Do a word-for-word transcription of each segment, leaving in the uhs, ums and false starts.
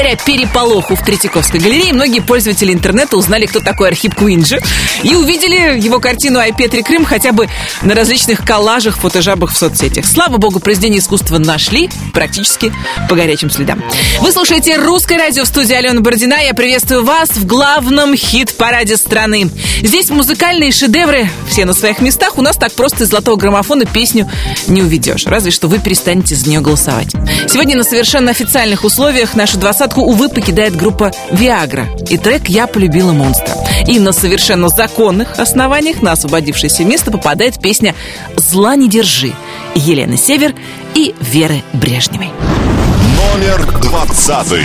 Благодаря переполоху в Третьяковской галерее многие пользователи интернета узнали, кто такой Архип Куинджи, и увидели его картину «Ай Петри Крым» хотя бы на различных коллажах, фотожабах в соцсетях. Слава богу, произведение искусства нашли практически по горячим следам. Вы слушаете «Русское радио», в студии Алена Бородина. Я приветствую вас в главном хит-параде страны. Здесь музыкальные шедевры все на своих местах. У нас так просто из золотого граммофона песню не уведешь. Разве что вы перестанете за нее голосовать. Сегодня на совершенно официальных условиях нашу двадцатку, увы, покидает группа «Виагра» и трек «Я полюбила монстра». И на совершенно законных основаниях на освободившееся место попадает песня «Зла не держи» Елены Север и Веры Брежневой. Номер двадцатый.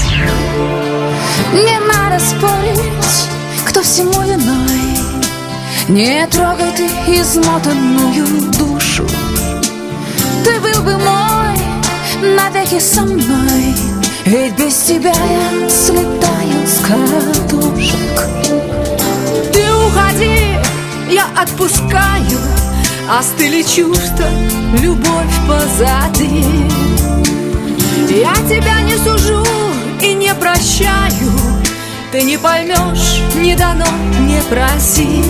Не надо спорить, кто всему виной. Не трогай ты измотанную душу. Ты был бы мой навеки со мной, ведь без тебя я слетаю с катушек. Ты уходи, я отпускаю, остыли чувства, любовь позади. Я тебя не сужу и не прощаю. Ты не поймешь, не дано, не проси.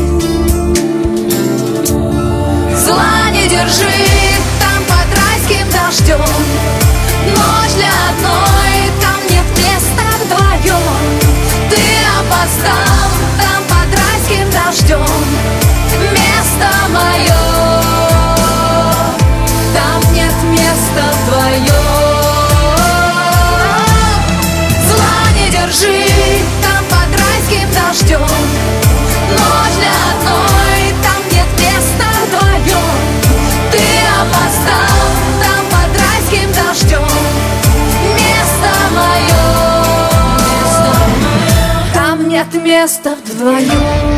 Зла не держи там под райским дождем. Ночь для одной, там нет места вдвоем. Ты опоздал там под райским дождем. Место мое, там нет места вдвоем. Держи там под райским дождем. Ночь для одной, там нет места вдвоем. Ты опоздал там под райским дождем. Место мое, там нет места вдвоем.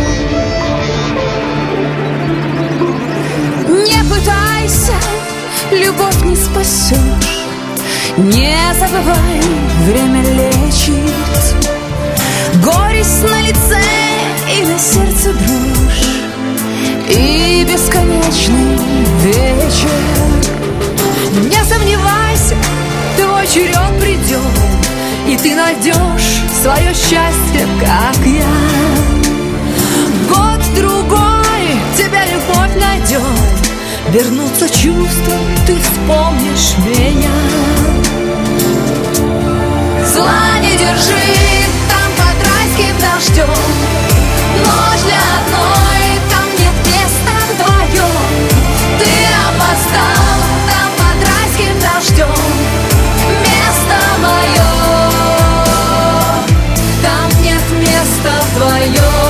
Не пытайся, любовь не спасешь. Не забывай, время лечит. Горесть на лице и на сердце дрожь, и бесконечный вечер. Не сомневайся, твой черед придет, и ты найдешь свое счастье, как я. Год-другой тебя любовь найдет. Вернутся чувства, ты вспомнишь меня. Зла не держи там под райским дождем. Ночь для одной, там нет места вдвоем. Ты опоздал там под райским дождем. Место мое, там нет места вдвоем.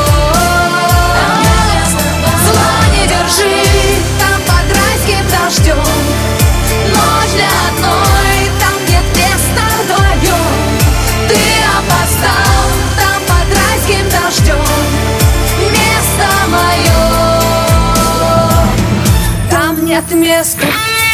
Зла не держи там под райским дождем. Ночь для одной, там нет места вдвоем. Ты опоздал там под райским дождем. Место мое, там нет места.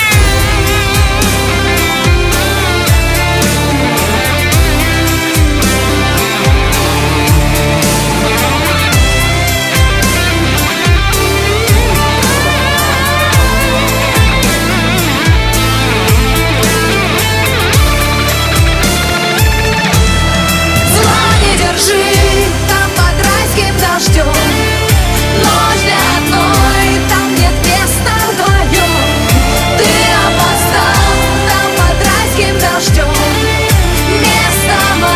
Ночь для одной, там нет места вдвоем. Ты опоздал там под райским дождем. Место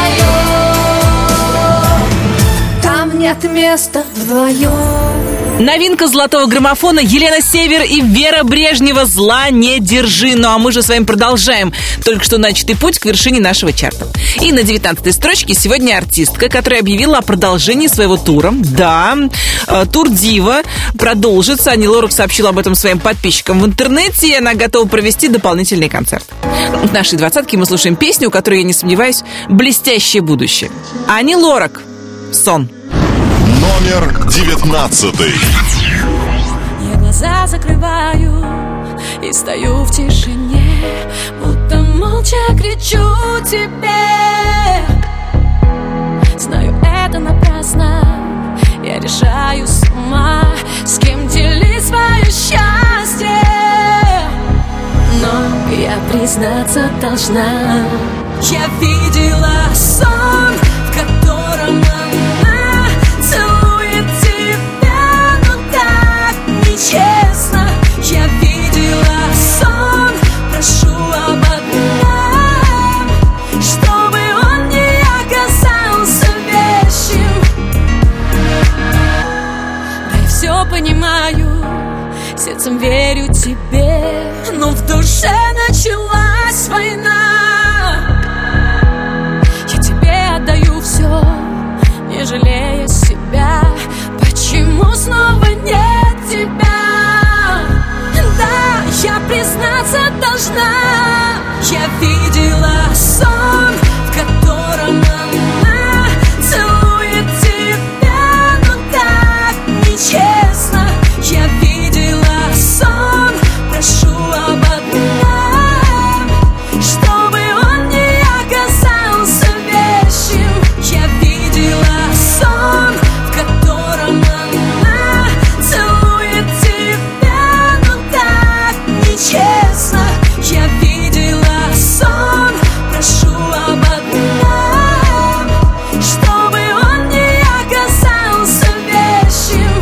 мое, там нет места вдвоем. Новинка золотого граммофона Елена Север и Вера Брежнева «Зла не держи». Ну а мы же с вами продолжаем только что начатый путь к вершине нашего чарта. И на девятнадцатой строчке сегодня артистка, которая объявила о продолжении своего тура. Да, тур «Дива» продолжится. Ани Лорак сообщила об этом своим подписчикам в интернете, и она готова провести дополнительный концерт. В нашей двадцатке мы слушаем песню, у которой, я не сомневаюсь, блестящее будущее. Ани Лорак «Сон». Номер девятнадцатый. Я глаза закрываю и стою в тишине, будто молча кричу тебе. Знаю, это напрасно. Я решаю сама, с кем делить свое счастье. Но я признаться должна, Я видела сон, в котором она целует тебя, но так нечестно. Я видела сон, прошу об одном, чтобы он не оказался вещим. Да я все понимаю, сердцем верю тебе, но в душе началась война. Я тебе отдаю все, не жалея себя. Почему снова нет тебя? Да, я признаться должна. Я видела сон, в котором она целует тебя, но так нечестно. Я видела сон, прошу об одном, чтобы он не оказался вещим. Я видела сон, в котором она целует тебя, но так нечестно. Я видела сон, прошу об одном, чтобы он не оказался вещим.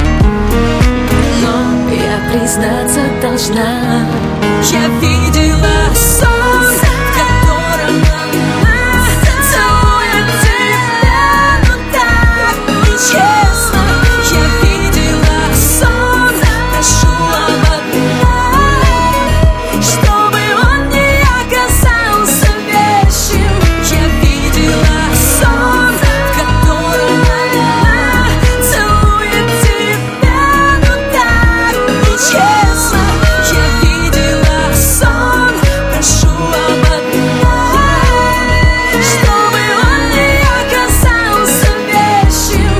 Но я признаться должна. Я видела сон, в котором она целует тебя, но так нечестно. Я видела сон, прошу об одном, чтобы он не оказался вещим. Я видела сон, в котором она целует тебя, но так нечестно. Я видела сон, прошу об одном, чтобы он не оказался вещим.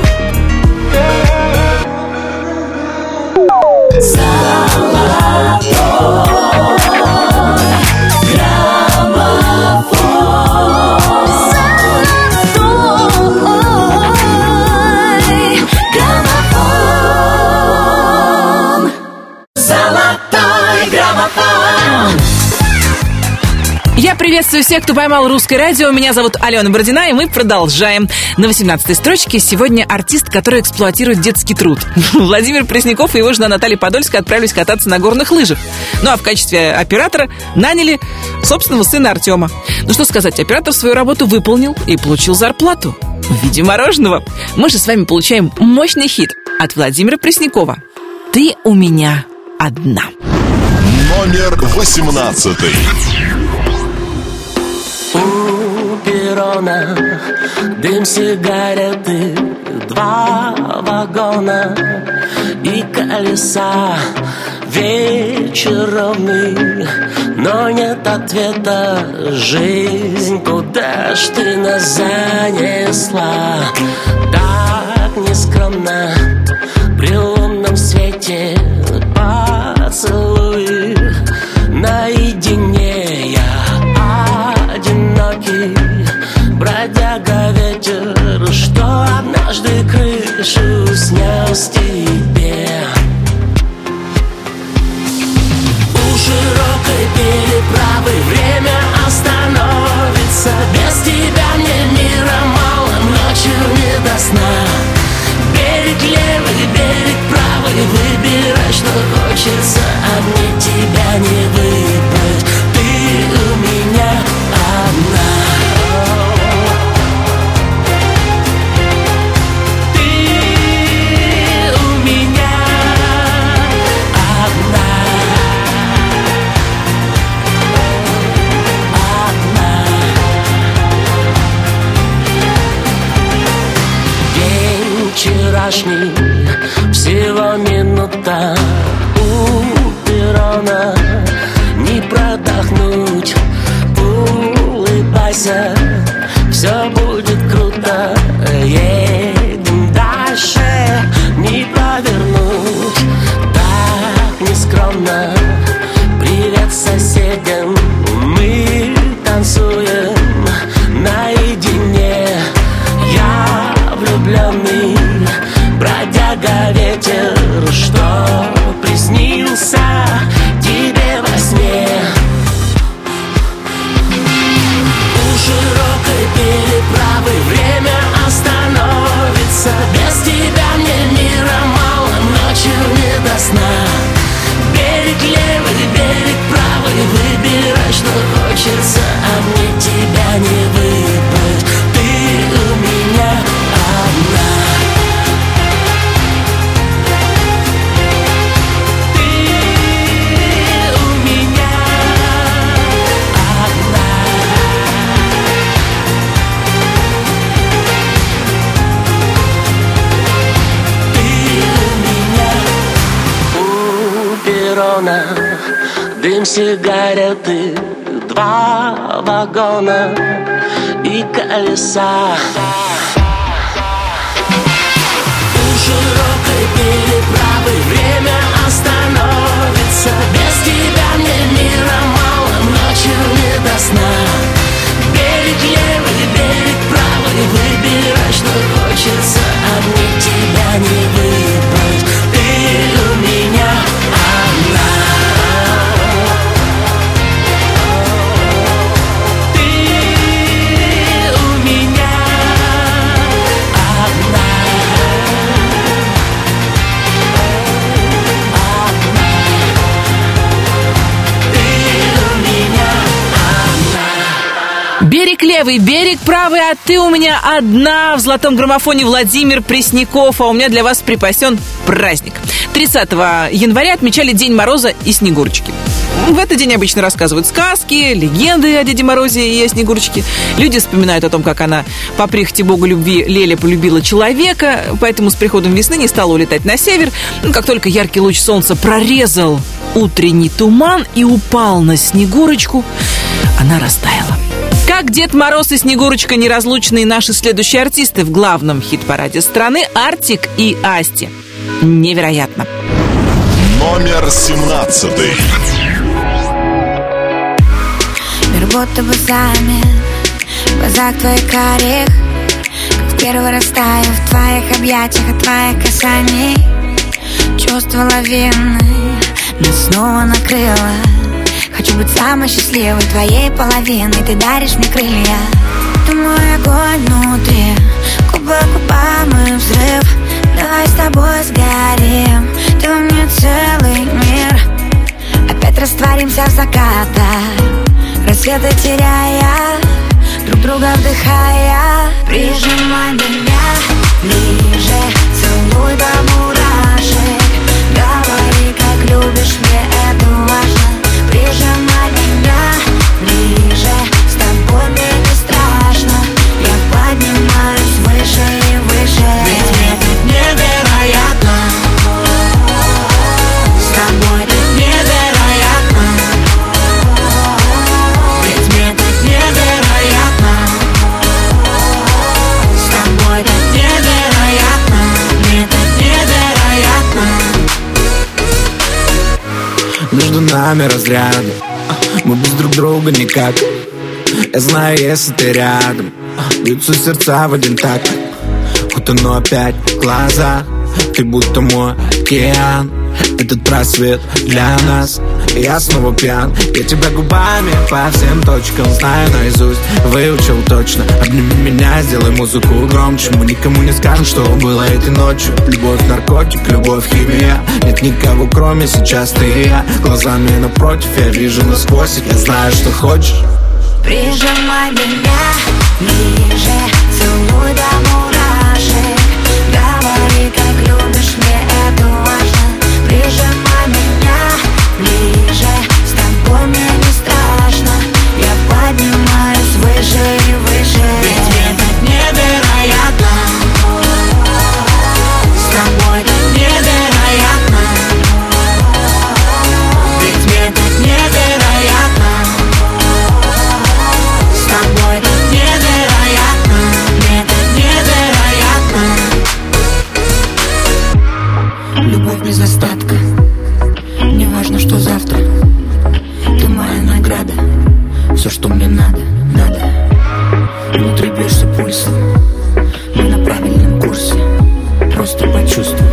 Золотой граммофон. Я приветствую всех, кто поймал русское радио. Меня зовут Алена Бородина, и мы продолжаем. На восемнадцатой строчке сегодня артист, который эксплуатирует детский труд. Владимир Пресняков и его жена Наталья Подольская отправились кататься на горных лыжах. Ну а в качестве оператора наняли собственного сына Артема. Ну что сказать, оператор свою работу выполнил и получил зарплату в виде мороженого. Мы же с вами получаем мощный хит от Владимира Преснякова. «Ты у меня одна». Номер восемнадцатый. У перрона дым сигареты, два вагона и колеса. Вечер ровный, но нет ответа. Жизнь, куда ж ты нас занесла? Так нескромно при лунном свете поцелуй наедине. Я одинокий бродяга ветер, что однажды крышу снес тебе. У широкой переправы время остановится. Без тебя мне мира мало, ночью не до сна. Берег левый, берег правый, выбирай, что хочется, а мне тебя не выбрать. Ты у меня одна. Ты у меня одна. Одна. День вчерашний, всего минута. У перрона не продохнуть. Улыбайся, все будет круто. Едем дальше, не повернуть. Так нескромно, привет соседям. Мы танцуем наедине. Я влюбленный бродяга ветер, что приснился тебе во сне. У салона, дым сигареты, два вагона и колеса. У широкой переправы время остановится. Без тебя мне мира мало, ночью не до сна. Берег левый, берег правый, выбирай, что хочется. От тебя не выбрать, ты у меня одна. Ты у меня одна. Одна. Ты у меня одна. Берег левый, берег правый, а ты у меня одна. В золотом граммофоне Владимир Пресняков. А у меня для вас припасен праздник. тридцатого января отмечали День Мороза и Снегурочки. В этот день обычно рассказывают сказки, легенды о Деде Морозе и о Снегурочке. Люди вспоминают о том, как она по прихоти бога любви Леля полюбила человека, поэтому с приходом весны не стала улетать на север. Ну, как только яркий луч солнца прорезал утренний туман и упал на Снегурочку, она растаяла. Как Дед Мороз и Снегурочка неразлучные наши следующие артисты в главном хит-параде страны Артик и Асти. Невероятно. Номер семнадцатый. Мир будто бы замер в глазах твоих карих, как в первый раз таю в твоих объятиях от твоих касаний. Чувство лавины меня снова накрыло. Хочу быть самой счастливой твоей половиной. Ты даришь мне крылья. Ты мой огонь внутри, губа к губам и взрыв. Давай с тобой сгорим, ты у меня целый мир. Опять растворимся в закатах, рассветы теряя, друг друга вдыхая. Прижимай меня ближе, целуй до мурашек. Говори, как любишь, мне это важно. Прижимай меня ближе, с тобой мне не страшно. Я поднимаюсь выше и выше. Ведь мне тут невероятно. С тобой тут невероятно. Ведь мне тут невероятно. С тобой тут невероятно. Мне тут невероятно. Между нами разряды, мы без друг друга никак. Я знаю, если ты рядом, бьются сердца в один такт. Утону опять в глаза, ты будто мой океан. Этот просвет для нас, и я снова пьян. Я тебя губами по всем точкам знаю наизусть, выучил точно. Обними меня, сделай музыку громче. Мы никому не скажем, что было этой ночью. Любовь, наркотик, любовь, химия. Нет никого, кроме сейчас ты и я. Глазами напротив, я вижу насквозь. Я знаю, что хочешь. Прижимай меня ближе, целуй до мурашек. Говори, как любишь, мне это важно. Прижимай меня ближе, с тобой мне не страшно. Я поднимаюсь выше и выше. Ведь мне так невероятно. С тобой так невероятно. Ведь мне так невероятно. С тобой так невероятно. Мне так невероятно. Любовь без остатка. Не важно, что завтра. Ты моя награда. Все, что мне надо, надо. Внутри бьешься пульсом. Мы на правильном курсе. Просто почувствуй.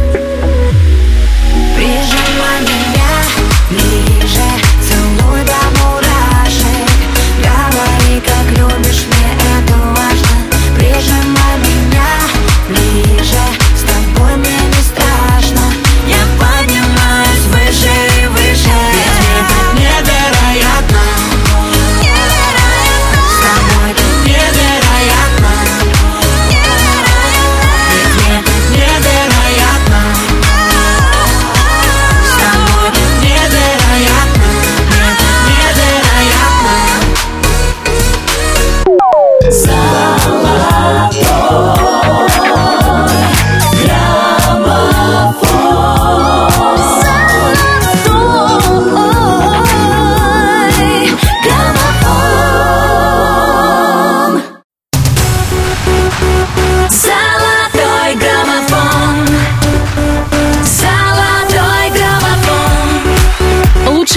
Прижимай меня ближе, целуй до мурашек. Говори, как любишь, мне это важно. Прижимай меня ближе, с тобой мне не страшно. Я поднимаюсь выше и выше. Ведь мне так невероятно. Невероятно. С тобой так невероятно. Невероятно. Ведь мне так невероятно.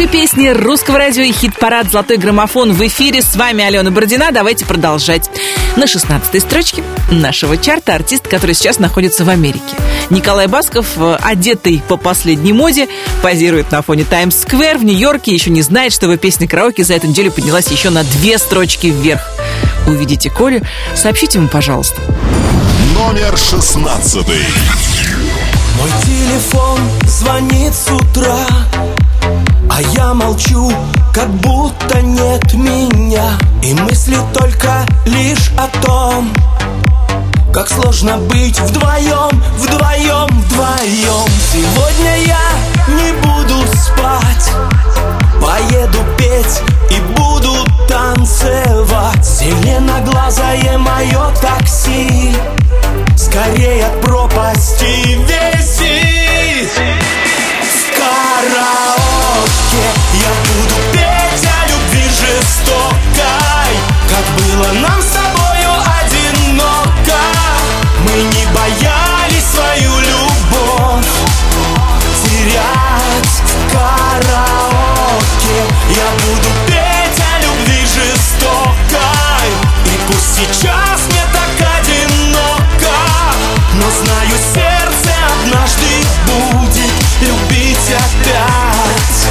Лучшие песни русского радио и хит-парад «Золотой граммофон» в эфире. С вами Алена Бородина. Давайте продолжать. На шестнадцатой строчке нашего чарта артист, который сейчас находится в Америке. Николай Басков, одетый по последней моде, позирует на фоне Таймс-сквер в Нью-Йорке. Еще не знает, что его песня «Караоке» за эту неделю поднялась еще на две строчки вверх. Увидите Колю, сообщите ему, пожалуйста. Номер шестнадцатый. Мой телефон звонит с утра, а я молчу, как будто нет меня. И мысли только лишь о том, как сложно быть вдвоем, вдвоем, вдвоем. Сегодня я не буду спать, поеду петь и буду танцевать. Зеленоглазое мое такси скорее от пропасти висит. В караоке я буду петь о любви жестокой, как было нам с тобою одиноко. Мы не боялись свою любовь терять. В караоке я буду петь о любви жестокой, и пусть сейчас мне так одиноко, но знаю, сердце однажды будет любить опять.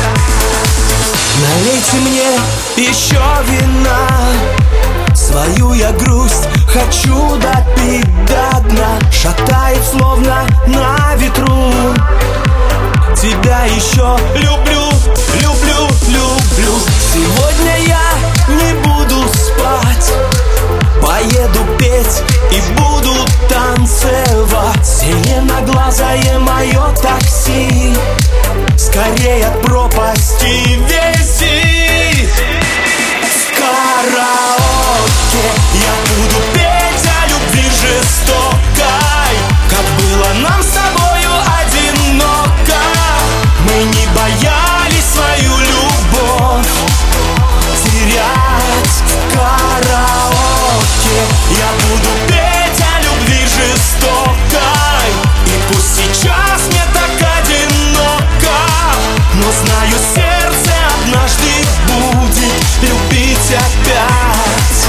Налейте мне еще вина, свою я грусть хочу допить до дна. Шатает словно на ветру, тебя еще люблю, люблю, люблю. Сегодня я не буду спать, поеду петь и буду танцевать. Зеленоглазое мое такси скорее от пропасти висит. В караоке я буду петь о любви жестокой, как было нам с тобою одиноко. Мы не боялись свою любовь терять. В караоке я буду петь о любви жестокой, и пусть сейчас мне так одиноко, но знаю, сердце однажды будет любить опять.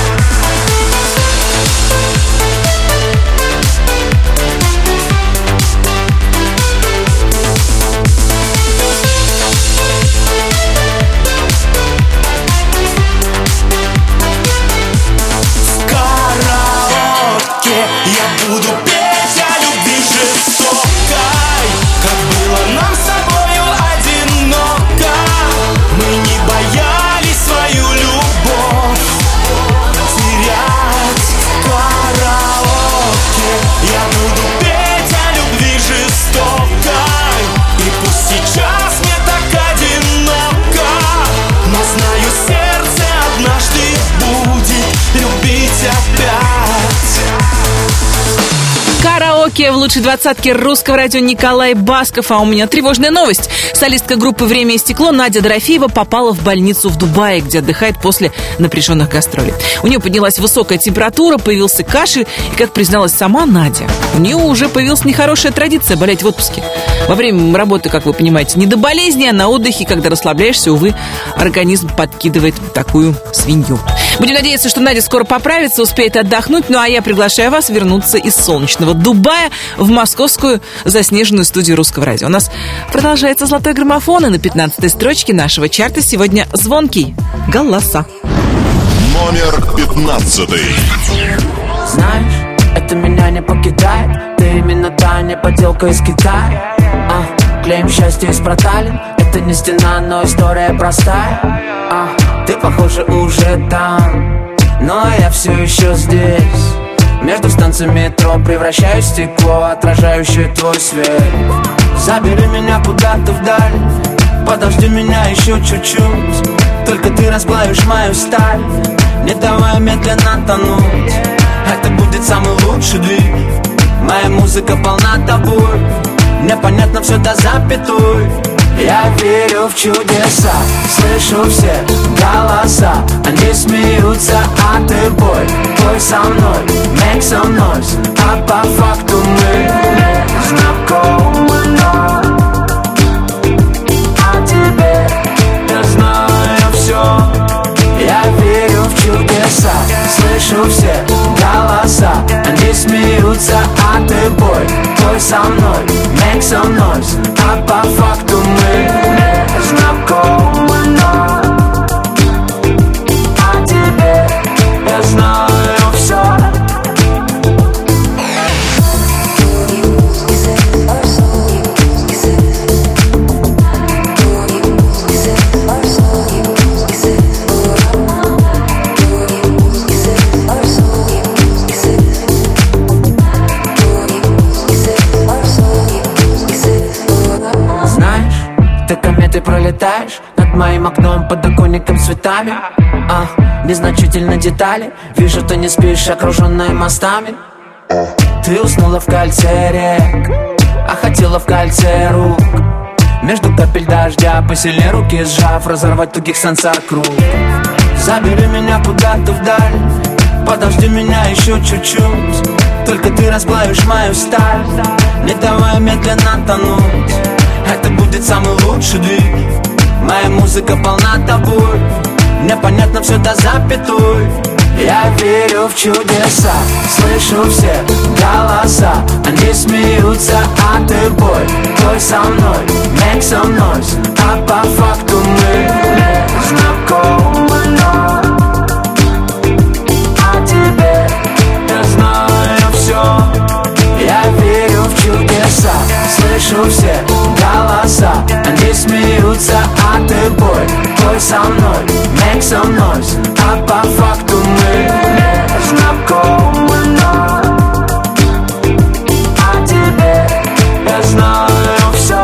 В караоке я буду петь о любви жестокой, как было нам с тобою одиноко. Мы не боялись свою любовь терять. В караоке я буду петь о любви жестокой, и пусть сейчас мне так одиноко, но знаю, сердце однажды будет любить опять. Караоке в лучшей двадцатке русского радио Николай Басков. А у меня тревожная новость. Солистка группы «Время и стекло» Надя Дорофеева попала в больницу в Дубае, где отдыхает после напряженных гастролей. У нее поднялась высокая температура, появился кашель, и, как призналась сама Надя, у нее уже появилась нехорошая традиция болеть в отпуске. Во время работы, как вы понимаете, не до болезни, а на отдыхе, когда расслабляешься, увы, организм подкидывает такую свинью. Будем надеяться, что Надя скоро поправится, успеет отдохнуть. Ну а я приглашаю вас вернуться из солнечного Дубая в московскую заснеженную студию русского радио. У нас продолжается «Золотой граммофон», и на пятнадцатой строчке нашего чарта сегодня звонкий голоса. Номер пятнадцатый. Знаешь, это меня не покидает. Ты именно та не подделка из Китая. а, Клеим счастье из проталин. Это не стена, но история простая. а, Ты, похоже, уже там, но я все еще здесь. Между станциями метро превращаюсь в стекло, отражающее твой свет. Забери меня куда-то вдаль, подожди меня еще чуть-чуть. Только ты расплавишь мою сталь, не давай медленно тонуть. Это будет самый лучший двиг. Моя музыка полна тобой, мне понятно все до запятой. Я верю в чудеса, слышу все голоса. Они смеются, а ты бой, бой со мной, make some noise. А по факту мы знакомы, но о тебе со мной, make some noise. А по факту мы не знакомы, но о тебе я знаю все. Ты пролетаешь над моим окном, подоконником цветами, а, незначительно детали. Вижу, ты не спишь, окруженная мостами. Ты уснула в кольце рек, а хотела в кольце рук. Между капель дождя посильнее руки сжав, разорвать тугих сансар круг. Забери меня куда-то вдаль, подожди меня еще чуть-чуть. Только ты расплавишь мою сталь, не давай медленно тонуть. Это будет самый лучший двиг. Моя музыка полна тобой, мне понятно все до запятой. Я верю в чудеса, слышу все голоса. Они смеются, а ты бой, твой со мной, make some noise. А по факту мы не знакомы, но о тебе я знаю все. Я верю в чудеса, слышу все голоса. Они смеются, а ты бой, твой со мной, make some noise. А по факту мы не знакомы, но о тебе я знаю все.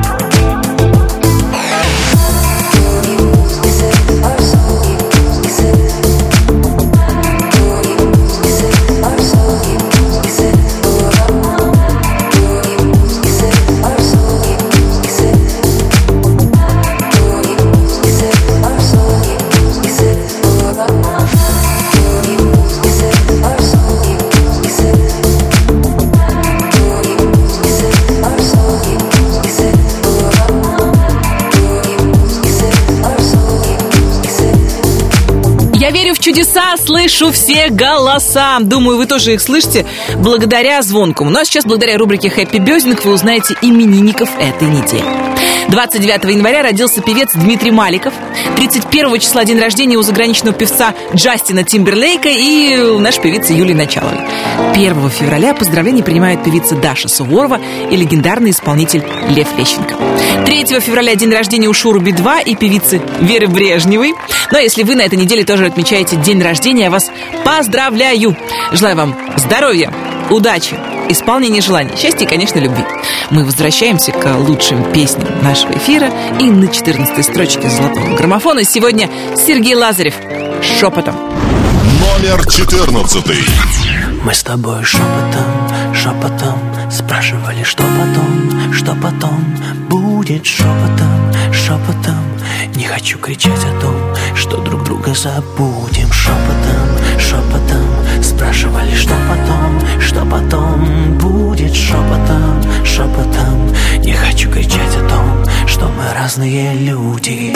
Я верю в чудеса, слышу все голоса. Думаю, вы тоже их слышите благодаря звонкому. Ну а сейчас, благодаря рубрике «Хэппи Бёздинг», вы узнаете именинников этой недели. двадцать девятого января родился певец Дмитрий Маликов. тридцать первого числа день рождения у заграничного певца Джастина Тимберлейка и у нашей певицы Юлии Началовой. первого февраля поздравления принимают певица Даша Суворова и легендарный исполнитель Лев Лещенко. третьего февраля день рождения у Шуры Би-два и певицы Веры Брежневой. Ну а если вы на этой неделе тоже отмечаете день рождения, я вас поздравляю! Желаю вам здоровья, удачи, исполнения желаний, счастья и, конечно, любви. Мы возвращаемся к лучшим песням нашего эфира. И на четырнадцатой строчке золотого граммофона сегодня Сергей Лазарев «Шепотом». Номер четырнадцатый. Мы с тобой шепотом, шепотом спрашивали, что потом, что потом будет шепотом, шепотом. Не хочу кричать о том, что друг друга забудем. Шепотом, шепотом спрашивали, что потом, что потом будет шепотом, шепотом. Не хочу кричать о том, что мы разные люди.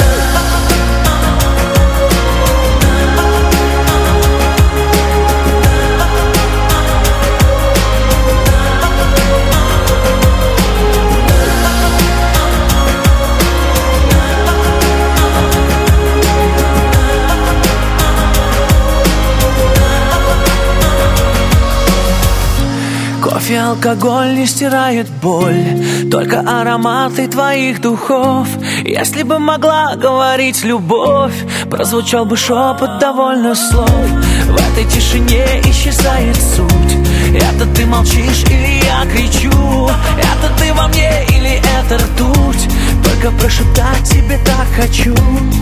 Кофе, алкоголь не стирает боль, только ароматы твоих духов. Если бы могла говорить любовь, прозвучал бы шепот довольно слов. В этой тишине исчезает суть. Это ты молчишь или я кричу? Это ты во мне или это ртуть? Только прошептать тебе так хочу.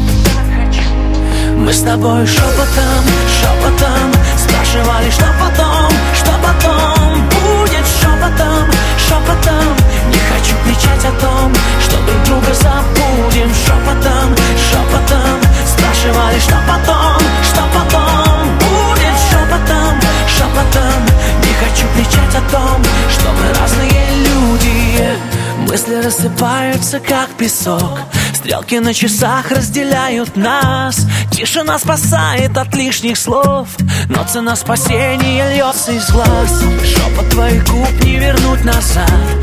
Мы с тобой шепотом, шепотом спрашивали, что потом, что потом будет шепотом, шепотом. Не хочу кричать о том, что друг друга забудем. Шепотом, шепотом спрашивали, что потом, что потом будет шепотом, шепотом. Не хочу кричать о том, что мы разные люди. Мысли рассыпаются, как песок. Стрелки на часах разделяют нас. Тишина спасает от лишних слов, но цена спасения льется из глаз. Шепот твоих губ не вернуть назад.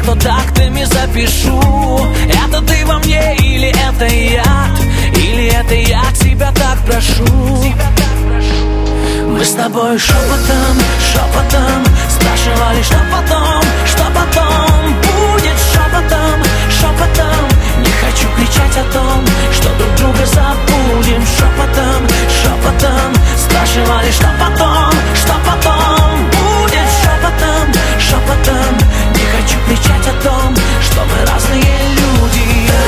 как то тактами запишу. Это ты во мне или это яд? Или это я тебя так прошу? Мы с тобой шепотом, шепотом спрашивали, что потом, что потом будет шепотом, шепотом. Не хочу кричать о том, что друг друга забудем. Шепотом, шепотом спрашивали, что потом, что потом будет шепотом, шепотом. Не хочу кричать о том, что мы разные люди.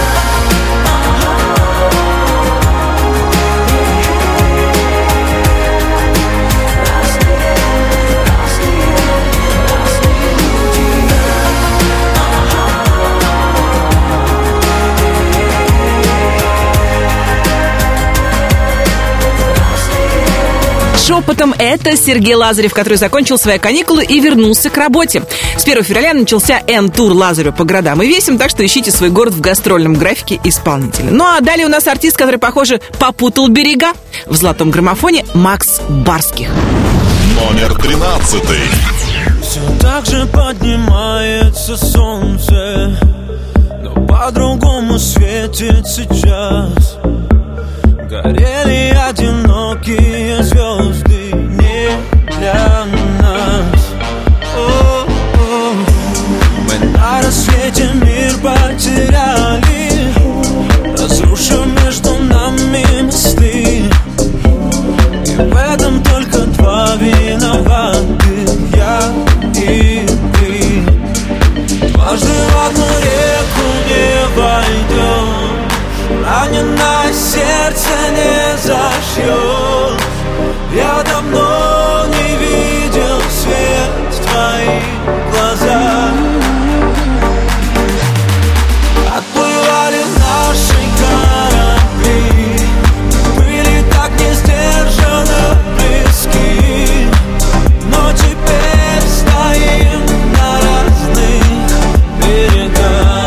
Шепотом это Сергей Лазарев, который закончил свои каникулы и вернулся к работе. С первого февраля начался Н-тур Лазарева по городам и весям, так что ищите свой город в гастрольном графике исполнителя. Ну а далее у нас артист, который, похоже, попутал берега. В золотом граммофоне Макс Барских. Номер тринадцатый. Все так же поднимается солнце, но по-другому светит сейчас. Горели одинокие звезды не для нас. О-о-о. Мы на рассвете мир потеряли, разрушив между нами мосты. И в этом только два виноваты, я и ты. Дважды в одну реку не войдем, раненое сердце не зашьет. Я давно не видел свет в твоих глазах. Отплывали наши корабли, были так несдержанно близки, но теперь стоим на разных берегах.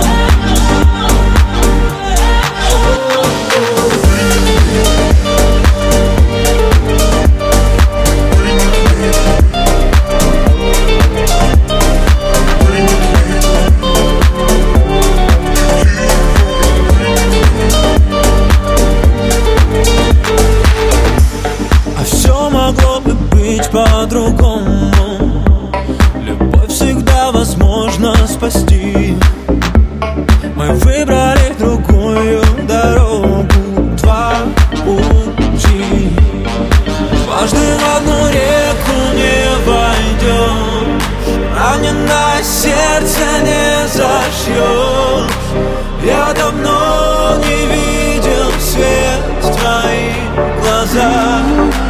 По-другому любовь всегда возможно спасти. Мы выбрали другую дорогу, два пути. Дважды в одну реку не войдем, раненое сердце не зашьет. Я давно не видел свет в твоих глазах.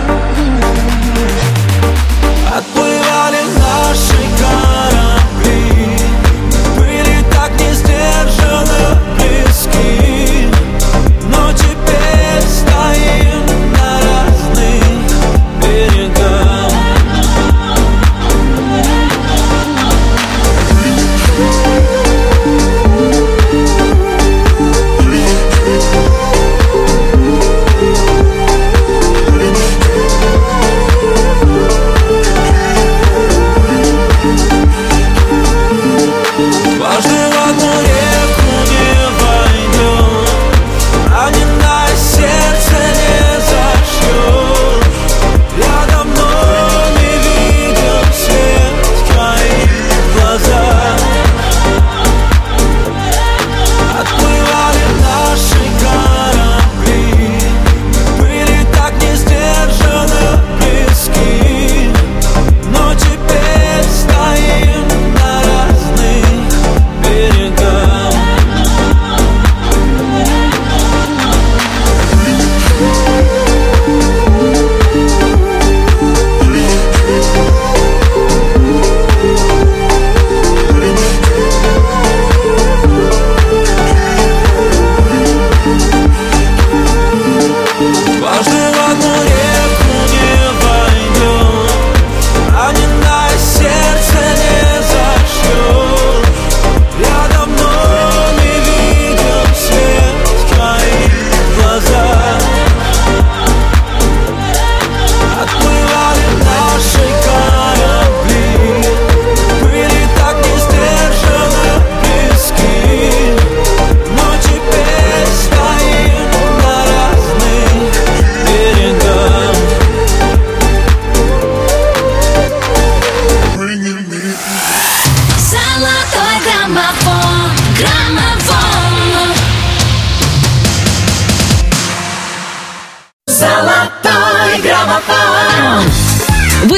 Отплывали наши корабли, были так несдержанно близки, но теперь стоим на разных берегах.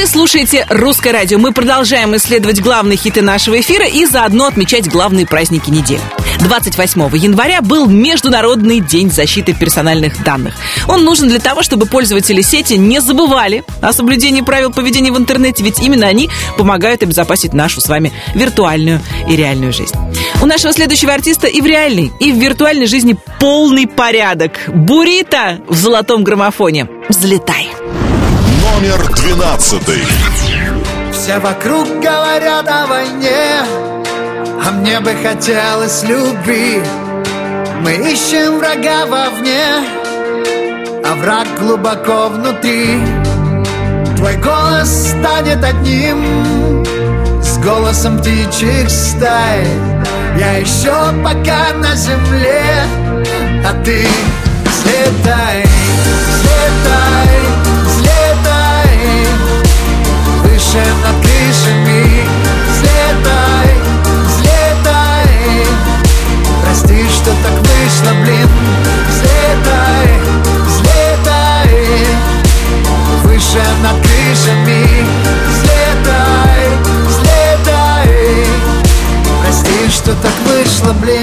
слушаете «Русское радио». Мы продолжаем исследовать главные хиты нашего эфира и заодно отмечать главные праздники недели. двадцать восьмого января был Международный день защиты персональных данных. Он нужен для того, чтобы пользователи сети не забывали о соблюдении правил поведения в интернете, ведь именно они помогают обезопасить нашу с вами виртуальную и реальную жизнь. У нашего следующего артиста и в реальной, и в виртуальной жизни полный порядок. Бурито в золотом граммофоне. Взлетай. Номер двенадцатый. Все вокруг говорят о войне, а мне бы хотелось любви. Мы ищем врага вовне, а враг глубоко внутри. Твой голос станет одним с голосом птичьих стай. Я еще пока на земле, а ты взлетай, взлетай, взлетай выше над крышами. Взлетай, взлетай, прости, что так вышло, блин. Взлетай, взлетай выше над крышами. Взлетай, взлетай, прости, что так вышло, блин.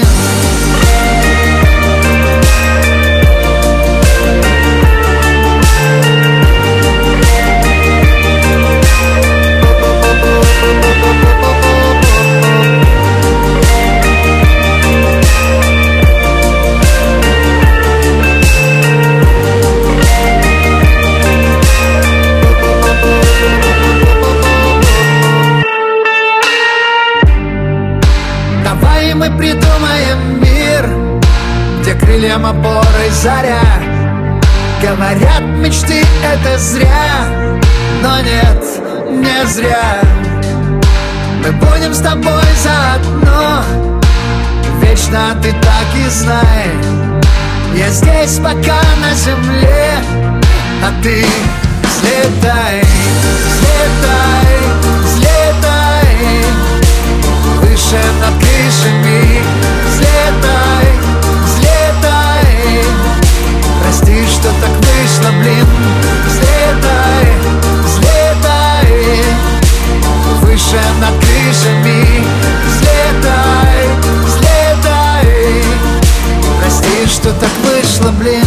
Мы придумаем мир, где крыльям опорой заря. Говорят, мечты это зря, но нет, не зря. Мы будем с тобой заодно, вечно ты так и знай. Я здесь пока на земле, а ты взлетай, взлетай, взлетай выше над крышами. Взлетай, взлетай, прости, что так вышло, блин. Взлетай, взлетай выше над крышами. Взлетай, взлетай, прости, что так вышло, блин.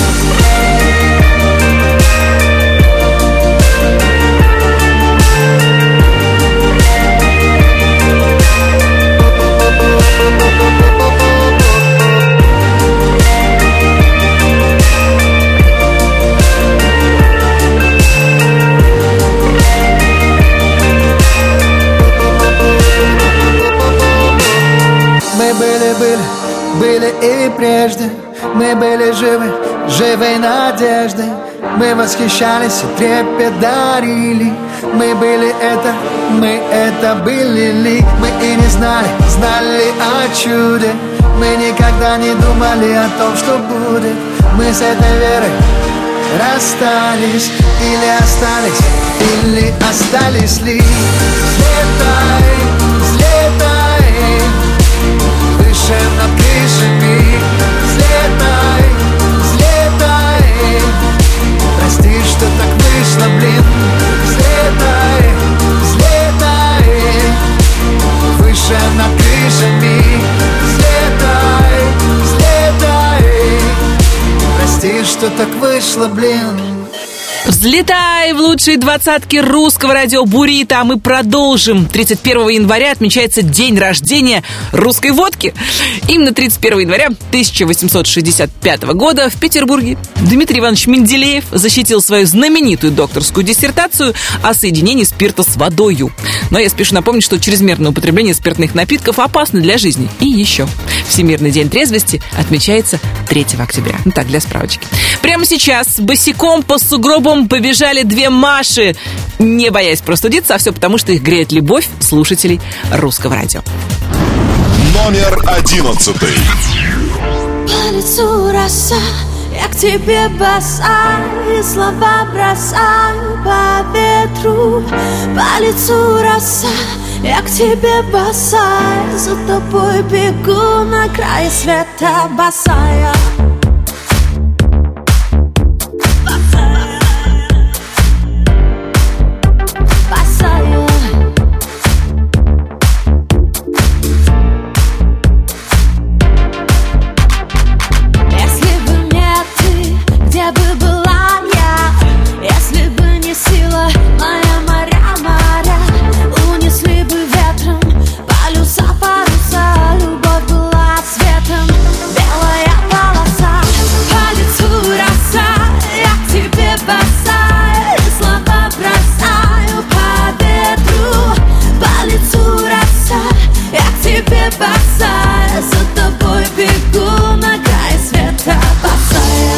Мы были-были, были и прежде. Мы были живы, живой надеждой. Мы восхищались и трепет дарили. Мы были это, мы это были ли. Мы и не знали, знали о чуде. Мы никогда не думали о том, что будет. Мы с этой верой расстались. Или остались, или остались ли. Взлетай, взлетай выше над крышами. Взлетай, взлетай, прости, что так вышло, блин. Взлетай, взлетай выше над крышами. Взлетай, взлетай, прости, что так вышло, блин. Взлетай в лучшие двадцатки русского радио Бурито. А мы продолжим. тридцать первого января отмечается день рождения русской водки. Именно тридцать первого января тысяча восемьсот шестьдесят пятого года в Петербурге Дмитрий Иванович Менделеев защитил свою знаменитую докторскую диссертацию о соединении спирта с водою. Но я спешу напомнить, что чрезмерное употребление спиртных напитков опасно для жизни. И еще. Всемирный день трезвости отмечается третьего октября. Ну так, для справочки. Прямо сейчас босиком по сугробам побежали две Маши, не боясь простудиться, а все потому, что их греет любовь слушателей русского радио. Номер одиннадцатый. По лицу роса, я к тебе босая, слова бросаю по ветру. По лицу роса, я к тебе босая, за тобой бегу на край света босая. тебе босая, за тобой бегу на край света босая.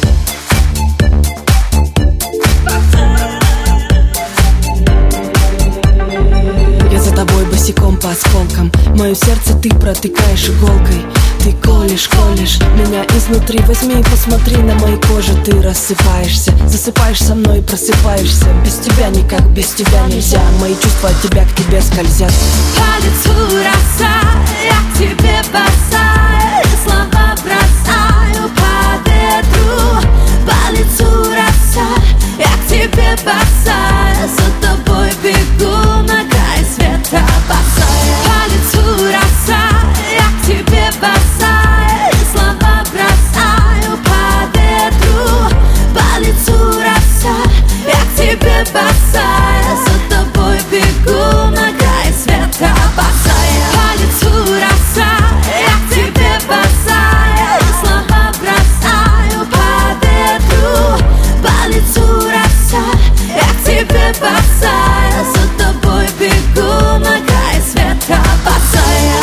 Я за тобой босиком по осколкам, мое сердце ты протыкаешь иголкой. Ты колешь, колешь меня изнутри. Возьми и посмотри на моей коже. Ты рассыпаешься, засыпаешь со мной и просыпаешься. Без тебя никак, без тебя нельзя. Мои чувства от тебя к тебе скользят. По лицу роса, я к тебе босая, и слова бросаю по ветру. По лицу роса, я к тебе босая, за тобой бегу на край света босая. По лицу роса, я к тебе босая, и слова бросаю по ветру. По лицу роса, я к тебе босая, за тобой бегу на край света босая. По лицу роса, я к тебе босая, и слова бросаю по ветру. По лицу роса, я к тебе босая, за тобой бегу на край света босая.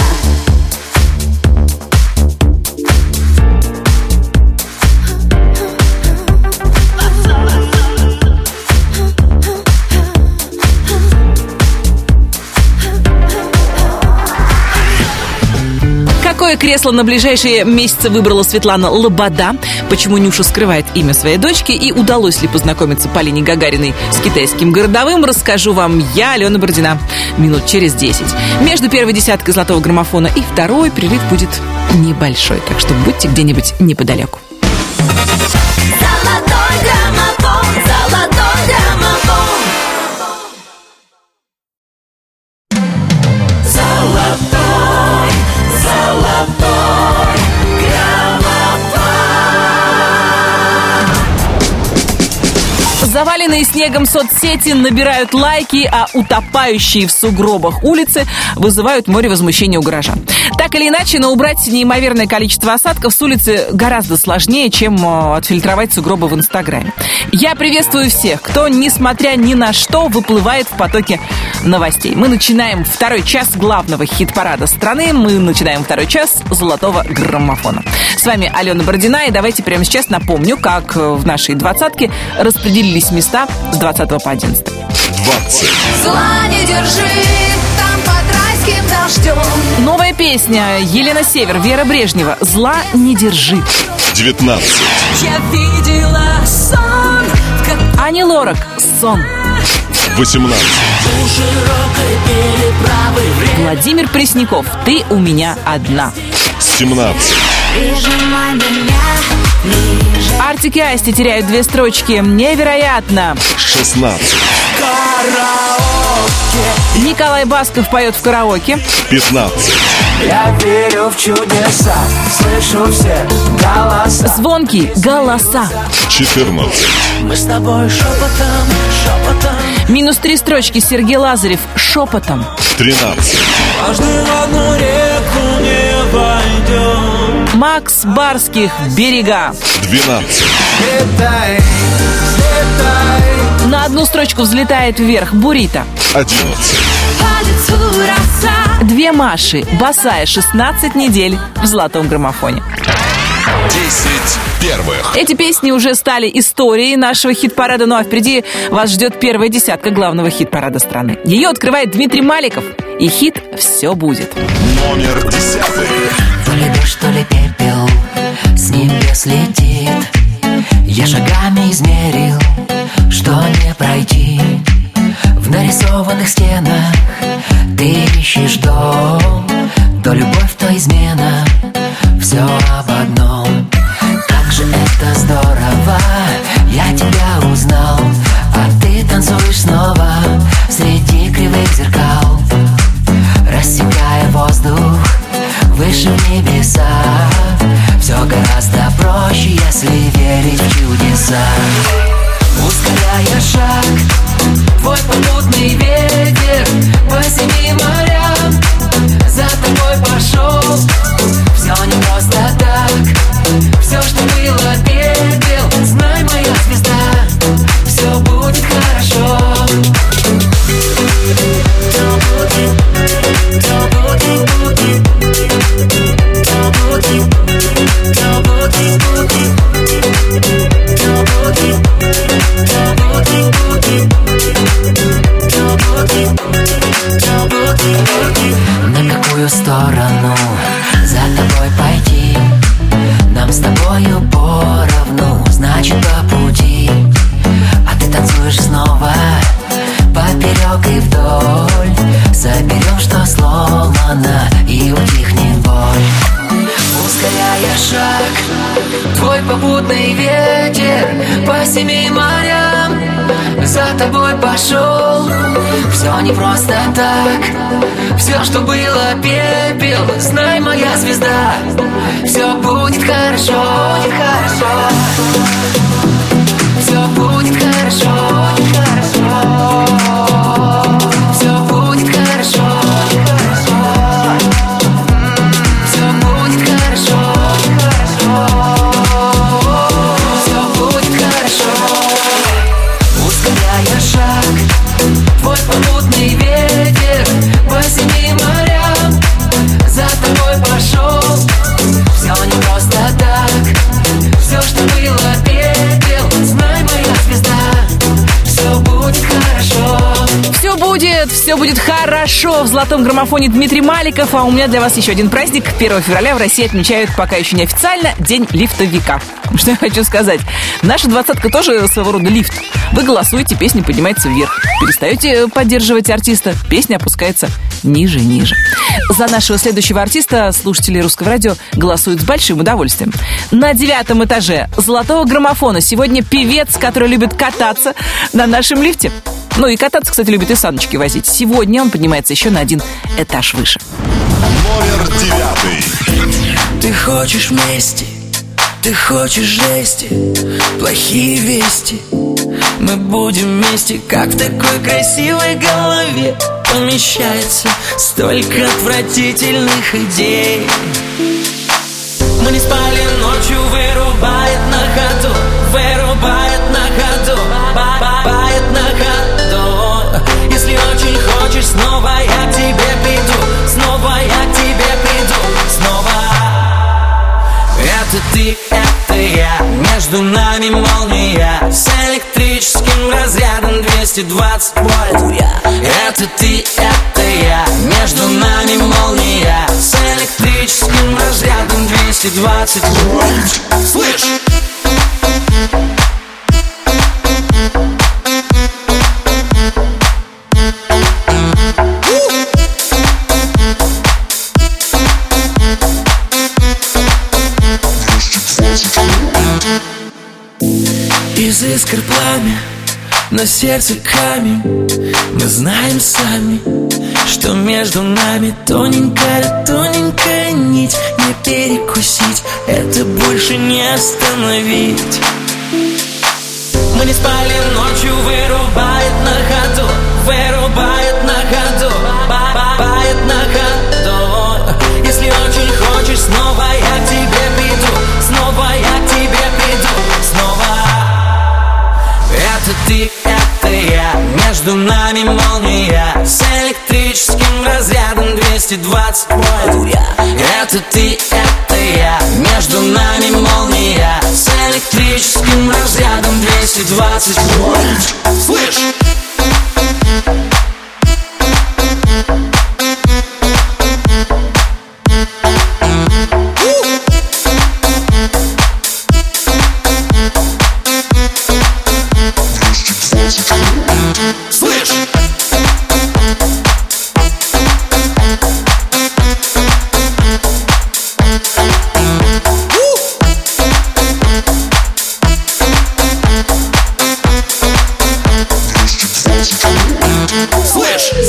Какое кресло на ближайшие месяцы выбрала Светлана Лобода? Почему Нюша скрывает имя своей дочки? И удалось ли познакомиться Полине Гагариной с китайским городовым? Расскажу вам я, Алена Бородина, минут через десять. Между первой десяткой золотого граммофона и второй перерыв будет небольшой, так что будьте где-нибудь неподалеку. Золотой граммофон, золотой граммофон. Золотой, золотой граммофон. Заваленные снегом соцсети набирают лайки, а утопающие в сугробах улицы вызывают море возмущения у горожан. Так или иначе, но убрать неимоверное количество осадков с улицы гораздо сложнее, чем отфильтровать сугробы в Инстаграме. Я приветствую всех, кто, несмотря ни на что, выплывает в потоке новостей. Мы начинаем второй час главного хит-парада страны. Мы начинаем второй час золотого граммофона. С вами Алена Бородина, и давайте прямо сейчас напомню, как в нашей двадцатке распределились места с двадцатого по одиннадцатое. двадцать. Зла не держи, там под райским дождем. Новая песня Елена Север, Вера Брежнева «Зла не держи». девятнадцать. Я видела сон, в котором Ани Лорак «Сон». восемнадцать. У широкой переправы время. Владимир Пресняков «Ты у меня одна». семнадцать. Прижимай меня ближе. Артик и Асти теряют две строчки. Невероятно. шестнадцать. Николай Басков поет в караоке. пятнадцать. Я верю в чудеса, слышу все голоса. Звонкие голоса. четырнадцать. Мы с тобой шепотом, шепотом. Минус три строчки. Сергей Лазарев шепотом. тринадцать. Каждый в одну реку не войдем. Макс Барских «Берега». двенадцать. Летай, взлетай. На одну строчку взлетает вверх Бурито. одиннадцать. по лицу роса. Две Маши. Босая. шестнадцать недель в золотом граммофоне. десять первых. Эти песни уже стали историей нашего хит-парада, ну а впереди вас ждет первая десятка главного хит-парада страны. Ее открывает Дмитрий Маликов, и хит «Все будет». Номер десятый. То ли дождь, то ли пепел с небес летит. Я шагами измерил, что не пройти. В нарисованных стенах ты ищешь дом. То любовь, то измена, все об одном. Как же это здорово, я тебя узнал. А ты танцуешь снова среди кривых зеркал, рассекая воздух выше в небеса. Все гораздо проще, если верить в чудеса. Ускоряя шаг, твой попутный ветер по семи морям за тобой пошел. Все не просто так, все, что было пепел. Знай, моя звезда, все будет хорошо. Все будет, все будет, будет. сторону, за тобой пойти. Нам с тобою поровну, значит по пути. А ты танцуешь снова поперек и вдоль. Соберем, что сломано, и утихнет боль. Ускоряя шаг, твой попутный ветер по семи морям за тобой пошел. Все не просто так, все, что было, пепел. Знай, моя звезда, все будет хорошо, будет хорошо. Все будет хорошо, будет хорошо. Все будет хорошо, будет хорошо. Все будет хорошо, будет хорошо. Все будет хорошо. Ускоряя шаг, твой попутный ветер по семи морям за тобой пошел. Все не просто так, все, что было, пепел. Знай, моя звезда, все будет хорошо. Все будет, все будет хорошо. В золотом граммофоне Дмитрий Маликов. А у меня для вас еще один праздник. первого февраля в России отмечают пока еще неофициально День лифтовика. Что я хочу сказать? Наша двадцатка тоже своего рода лифт. Вы голосуете, песня поднимается вверх. Перестаете поддерживать артиста, песня опускается ниже и ниже. За нашего следующего артиста слушатели Русского радио голосуют с большим удовольствием. На девятом этаже золотого граммофона сегодня певец, который любит кататься на нашем лифте. Ну и кататься, кстати, любит и саночки возить. Сегодня он поднимается еще на один этаж выше. Номер девятый. Ты хочешь мести, ты хочешь жести, плохие вести. Мы будем вместе, как в такой красивой голове помещается столько отвратительных идей. Мы не спали ночью, вырубает на ходу, вырубает на ходу, бает на ходу. Если очень хочешь, снова я к тебе приду, снова я к тебе приду, снова. Это ты, это я, между нами молния с электрическим разрядом двести двадцать вольт. Это ты, это я, между нами молния с электрическим разрядом двести двадцать вольт. Слышь! Из искр пламя, на сердце камень. Мы знаем сами, что между нами тоненькая, тоненькая нить. Не перекусить, это больше не остановить. Мы не спали ночью, вырубает на ходу, вырубает на ходу, бает на ходу. Если очень хочешь, снова я к тебе приду, снова я к тебе приду, снова. Это ты, это я, между нами молния с электрическим разрядом двести двадцать вольт. Это ты, это я, между нами молния с электрическим разрядом двести двадцать вольт. Слышь! Слышь! Слышь!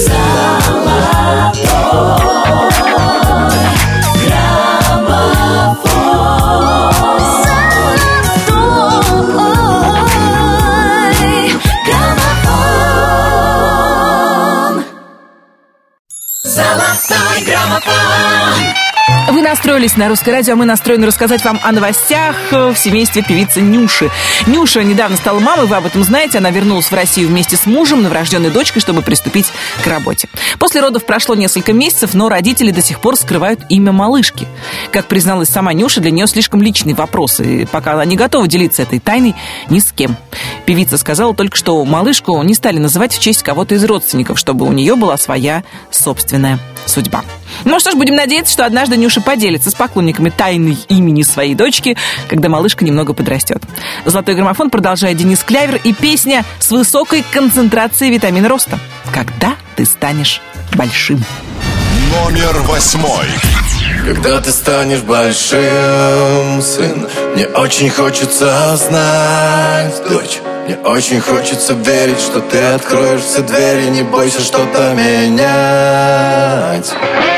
Золотой граммофон. Вы настроились на Русское радио, а мы настроены рассказать вам о новостях в семействе певицы Нюши. Нюша недавно стала мамой, вы об этом знаете. Она вернулась в Россию вместе с мужем, новорожденной дочкой, чтобы приступить к работе. После родов прошло несколько месяцев, но родители до сих пор скрывают имя малышки. Как призналась сама Нюша, для нее слишком личный вопрос, и пока она не готова делиться этой тайной ни с кем. Певица сказала только, что малышку не стали называть в честь кого-то из родственников, чтобы у нее была своя собственная судьба. Ну что ж, будем надеяться, что однажды Нюша поделится с поклонниками тайной имени своей дочки, когда малышка немного подрастет. «Золотой граммофон» продолжает Денис Клявер и песня с высокой концентрацией витамина роста. «Когда ты станешь большим». Номер восьмой. Когда ты станешь большим, сын, мне очень хочется знать, дочь, мне очень хочется верить, что ты откроешь все двери, не бойся что-то менять.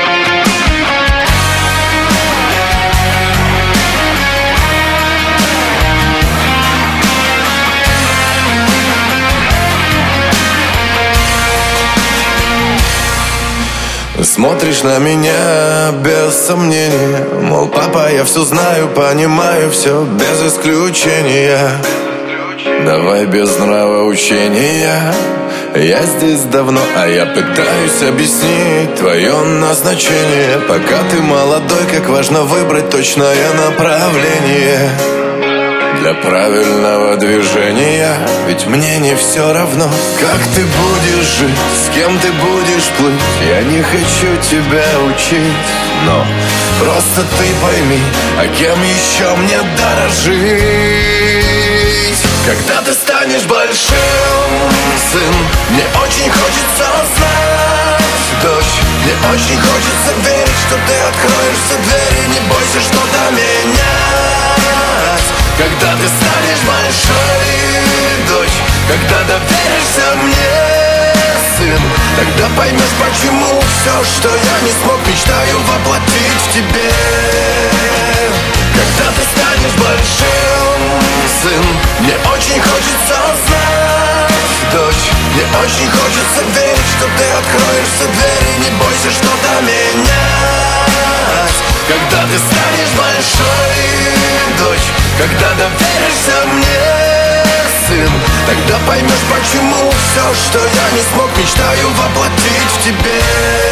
Смотришь на меня без сомнения, мол, папа, я все знаю, понимаю все без исключения. Давай без нравоучения. Я здесь давно, а я пытаюсь объяснить твое назначение. Пока ты молодой, как важно выбрать точное направление для правильного движения. Ведь мне не все равно, как ты будешь жить, с кем ты будешь плыть. Я не хочу тебя учить, но просто ты пойми, а кем еще мне дорожить. Когда ты станешь большим, сын, мне очень хочется знать, дочь, мне очень хочется верить, что ты откроешь все двери, не бойся что-то менять. Когда ты станешь большой, дочь, когда доверишься мне, сын, тогда поймешь, почему все, что я не смог, мечтаю воплотить в тебе. Когда ты станешь большим, сын, мне очень хочется знать, дочь, мне очень хочется верить, что ты откроешь все двери, не бойся что-то менять. Когда ты станешь большой, дочь, когда доверишься мне, сын, тогда поймешь, почему все, что я не смог, мечтаю воплотить в тебе.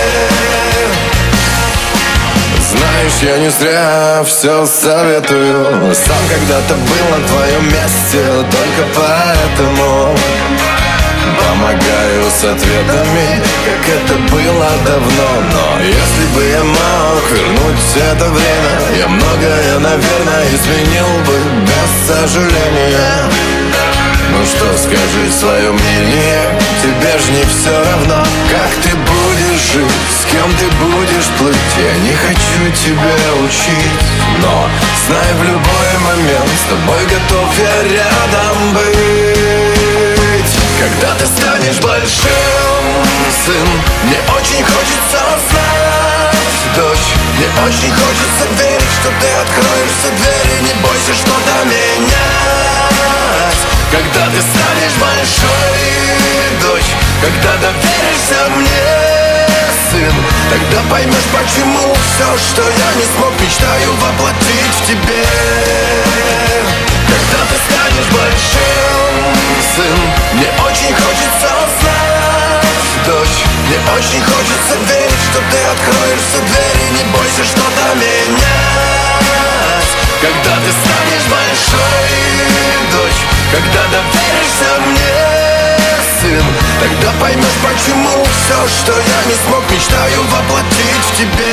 Знаешь, я не зря все советую, сам когда-то был на твоем месте, только поэтому помогаю с ответами, как это было давно. Но если бы я мог вернуть это время, я многое, наверное, изменил бы без сожаления. Ну что, скажи свое мнение, тебе ж не все равно, как ты будешь жить, с кем ты будешь плыть. Я не хочу тебя учить, но знай, в любой момент с тобой готов я рядом быть. Когда ты станешь большим, сын, мне очень хочется знать, дочь, мне очень хочется верить, что ты откроешь все двери, не бойся что-то менять. Когда ты станешь большой, дочь, когда доверишься мне, сын, тогда поймешь, почему все, что я не смог, мечтаю воплотить в тебе. Когда ты станешь большим, сын, мне очень хочется знать, дочь, мне очень хочется верить, что ты откроешь все двери, не бойся что-то менять. Когда ты станешь большой, дочь, когда доверишься мне, сын, тогда поймешь, почему все, что я не смог, мечтаю воплотить в тебе.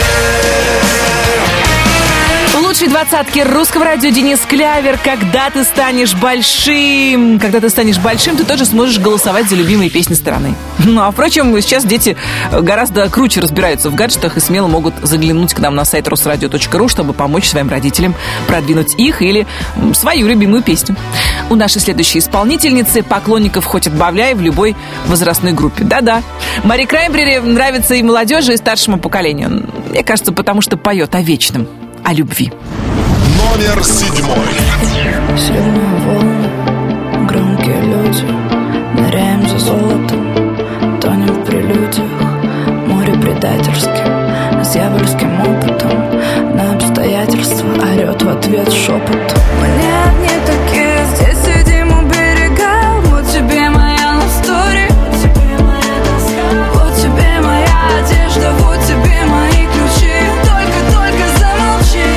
В лучшей двадцатке русского радио Денис Клявер. Когда ты станешь большим, когда ты станешь большим, ты тоже сможешь голосовать за любимые песни страны. Ну, а впрочем, сейчас дети гораздо круче разбираются в гаджетах и смело могут заглянуть к нам на сайт русрадио точка ру, чтобы помочь своим родителям продвинуть их или свою любимую песню. У нашей следующей исполнительницы поклонников хоть отбавляй в любой возрастной группе. Да-да. Мари Краймбрери нравится и молодежи, и старшему поколению. Мне кажется, потому что поет о вечном, о любви. Номер седьмой. Сильные волны, громкие люди, ныряем за золотом, тонем в прелюдиях, море предательских, с дьявольским опытом, на обстоятельства орет в ответ шепотом. Мы не одни такие, здесь сидим у берега, вот тебе моя лавстори, вот тебе моя одежда, вот тебе мои ключи. Только-только замолчи,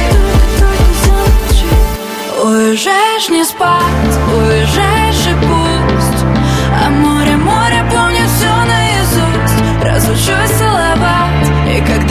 уезжаешь не спать, уезжаешь и пусть, а море, море помнит все наизусть. Разучусь целовать, и когда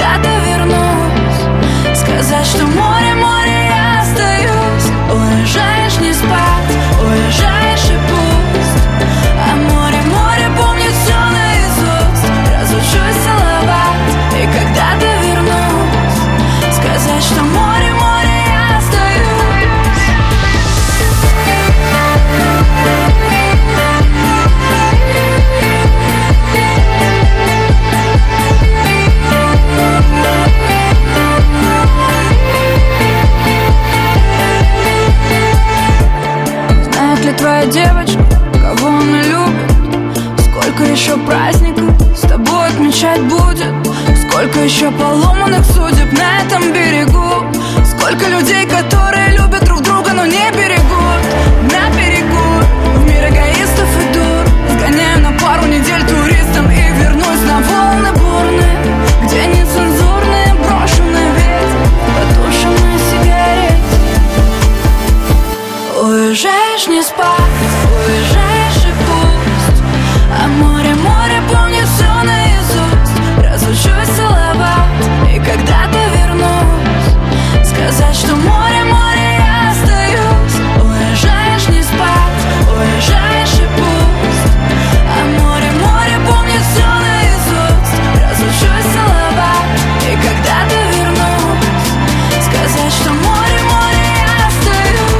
девочка, кого она любит. Сколько еще праздников с тобой отмечать будет? Сколько еще поломанных судеб на этом берегу? Сколько людей, которые любят друг друга, но не берегут? На берегу в мир эгоистов и дур. Сгоняю на пару недель туристом и вернусь на волны бурные, где нецензурные брошенные ветер, потушенные сигареты. Уезжаешь не спать, уезжаешь и пусть, а море, море помнит все наизусть. Разучусь целовать и когда-то вернусь, сказать, что море, море, я остаюсь. Уезжаешь не спать, уезжаешь и пусть, а море, море помнит все наизусть. Разучусь целовать и когда-то вернусь, сказать, что море, море, я остаюсь.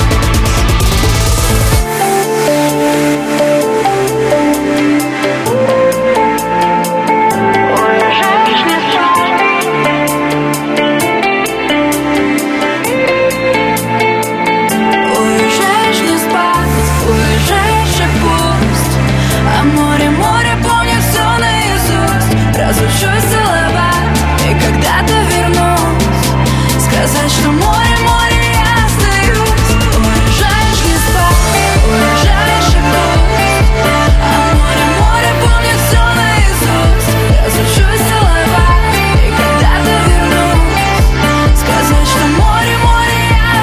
Разучусь целовать и когда-то вернусь, сказать, что море, море, я остаюсь. Уезжаешь не спать, уезжаешь и пусть, а море, море помнит все наизусть. Разучусь целовать и когда-то вернусь, сказать, что море, море, я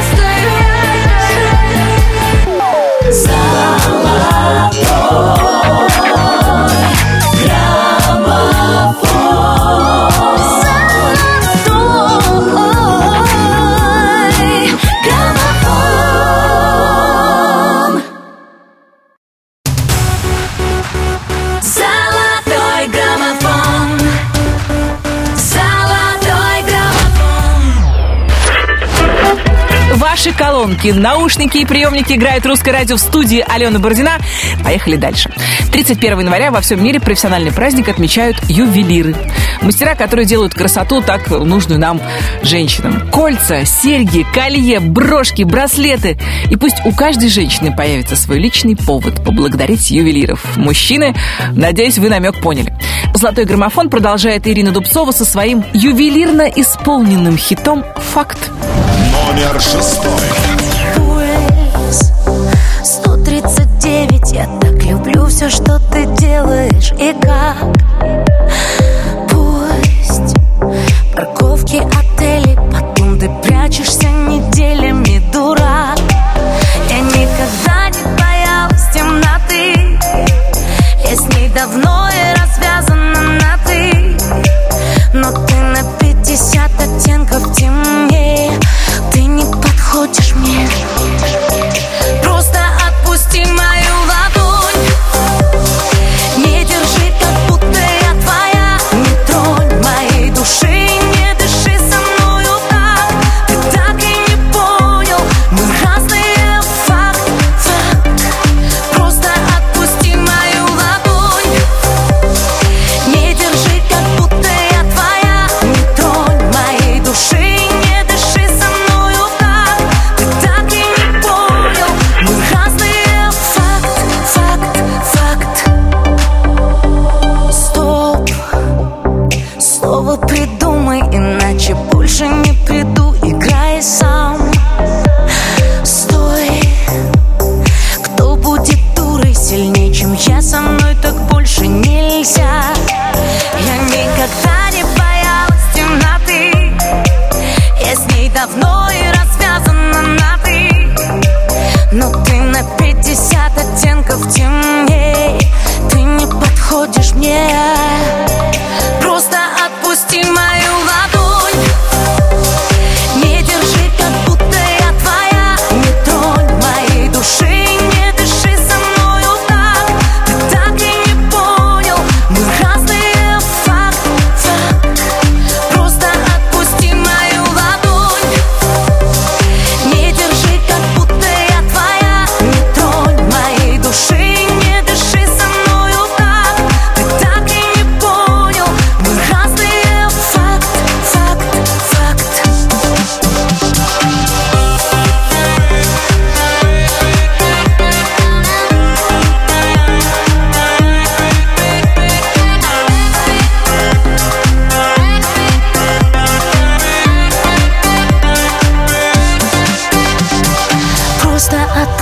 остаюсь. Золотой Ваши колонки, наушники и приемники играют русское радио в студии Алена Бородина. Поехали дальше. тридцать первого января во всем мире профессиональный праздник отмечают ювелиры. Мастера, которые делают красоту, так нужную нам, женщинам. Кольца, серьги, колье, брошки, браслеты. И пусть у каждой женщины появится свой личный повод поблагодарить ювелиров. Мужчины, надеюсь, вы намек поняли. «Золотой граммофон» продолжает Ирина Дубцова со своим ювелирно исполненным хитом «Факт». Номер шестой. сто тридцать девять, я так люблю все, что ты делаешь и как. Пусть парковки, отели, потом ты прячешься неделями, дурак. Я никогда не боялась темноты, я с ней давно и развязана на ты. Но ты на пятьдесят оттенков темнее, ты не подходишь мне. Просто отпусти мою ладонь, не держи, как будто я твоя.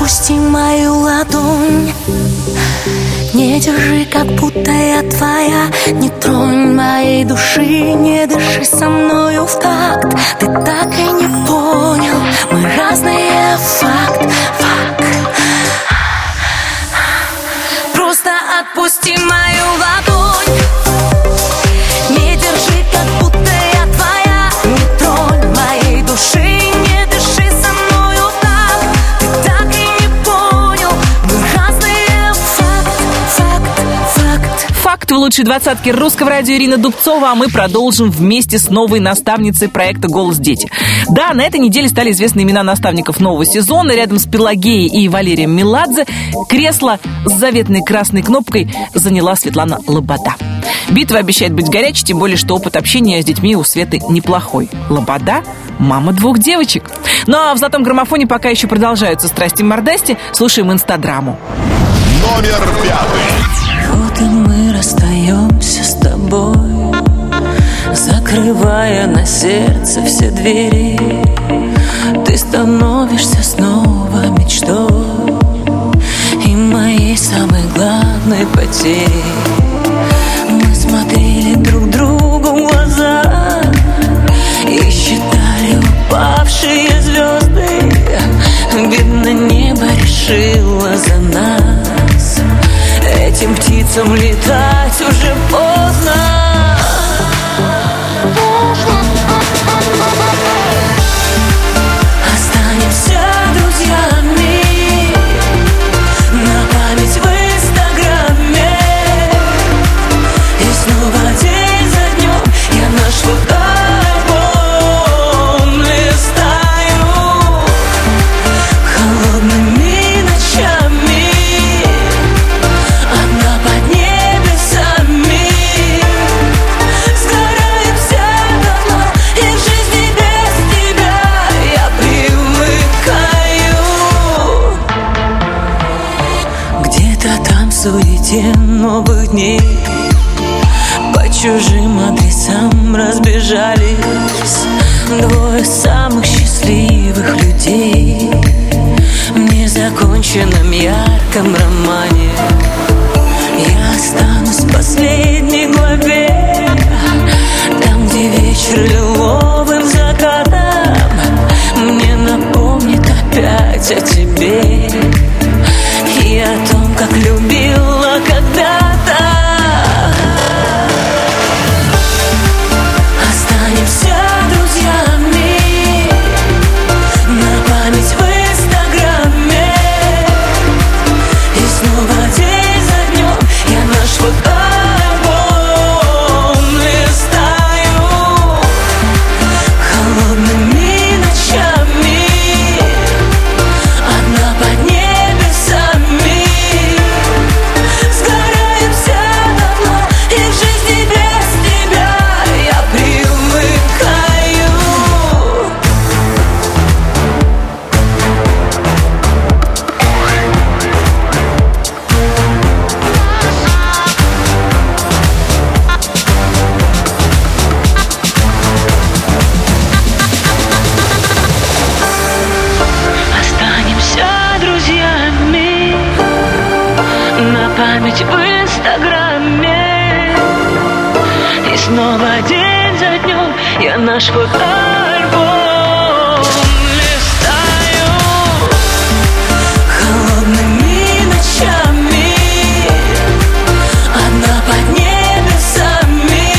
отпусти мою ладонь. Не держи, как будто я твоя. Не тронь моей души, не дыши со мною в такт. Ты так и не понял, мы разные, факт, факт. Просто отпусти мою ладонь. Не держи, как будто я твоя. Не тронь моей души, не дыши со мною так. Ты так и не понял, мы разные, факт, факт, факт. Факт в лучшей двадцатке русского радио Ирина Дубцова, а мы продолжим вместе с новой наставницей проекта «Голос дети». Да, на этой неделе стали известны имена наставников нового сезона. Рядом с Пелагеей и Валерием Меладзе кресло с заветной красной кнопкой заняла Светлана Лобода. Битва обещает быть горячей, тем более, что опыт общения с детьми у Светы неплохой. Лобода – мама двух девочек. Ну а в «Золотом граммофоне» пока еще продолжаются страсти-мордасти. Слушаем инстадраму. Номер пятый. Вот и мы расстаемся с тобой, закрывая на сердце все двери. Ты становишься снова мечтой и моей самой главной потерей. Мы смотрели друг другу в глаза и считали упавшие звезды. Видно, небо решило за нас. Этим птицам летать уже поздно. Останемся друзьями на память в инстаграме. И снова день за днем я наш фотоальбом листаю холодными ночами. Одна под небесами. Сгораемся давно, и в жизни без тебя я привыкаю. Где-то там в суете новых дней по чужим адресам разбежались двое самых счастливых людей в незаконченном ярком романе. Я останусь в последней главе, там, где вечер лиловым закатом мне напомнит опять о тебе и о том, как любила когда-то. Останемся друзьями на память в инстаграме. И снова день за днем я наш фотоальбом листаю холодными ночами. Одна под небесами. Сгораемся давно, и в жизни без тебя я привыкаю. Останемся друзьями на память в инстаграме. И снова день за днем я наш фотоальбом листаю холодными ночами. Одна под небесами.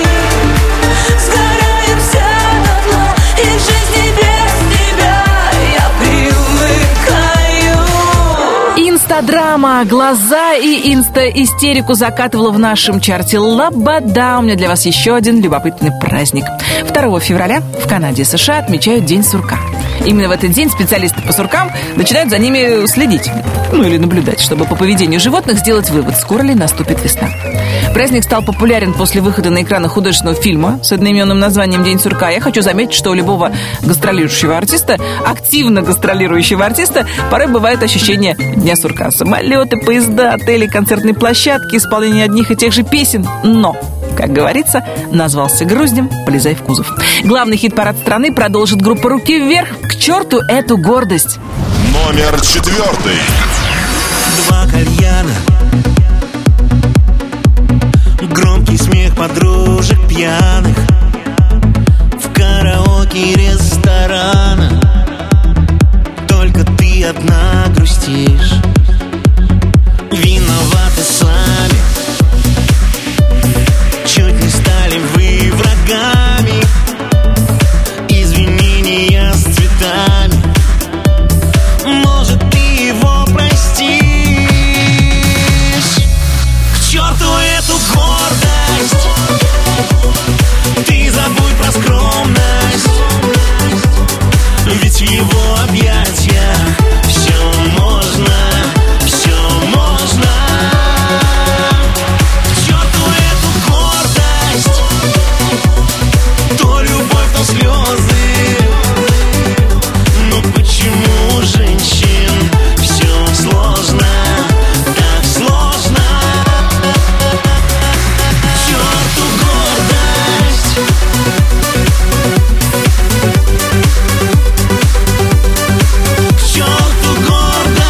Сгораемся давно, и в жизни без тебя я привыкаю. Инстадрама, глаза и инста-истерику закатывала в нашем чарте Лобода. У меня для вас еще один любопытный праздник. второго февраля в Канаде и США отмечают День сурка. Именно в этот день специалисты по суркам начинают за ними следить, ну или наблюдать, чтобы по поведению животных сделать вывод, скоро ли наступит весна. Праздник стал популярен после выхода на экраны художественного фильма с одноименным названием «День сурка». Я хочу заметить, что у любого гастролирующего артиста, активно гастролирующего артиста, порой бывает ощущение Дня сурка. Самолеты, поезда, отели, концертные площадки, исполнение одних и тех же песен. Но, как говорится, назвался груздем, полезай в кузов. Главный хит-парад страны продолжит группа «Руки вверх». К черту эту гордость! Номер четвертый. Два кальяна, громкий смех подружек пьяных в караоке ресторана. Только ты одна грустишь, виноваты сами. Чуть не стали вы врагами, извинения с цветами. Может, ты его простишь? К черту эту гордость, ты забудь про скромность, ведь в его объятиях все можно, все можно. К черту эту гордость, то любовь, то слезы. Но почему у женщин все сложно, так сложно? К черту гордость, к черту гордость.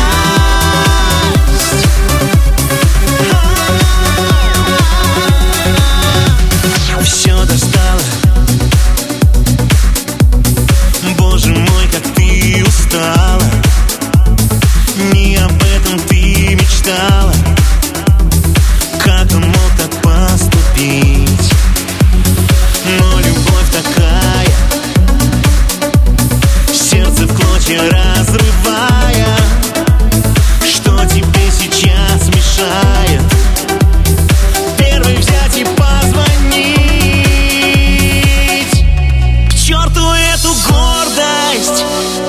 Все достало, боже мой, как ты устала. Не об этом ты мечтала. Как он мог так поступить? Но любовь такая, сердце в клочья разрывая. Что тебе сейчас мешает первый взять и позвонить? К черту эту гордость,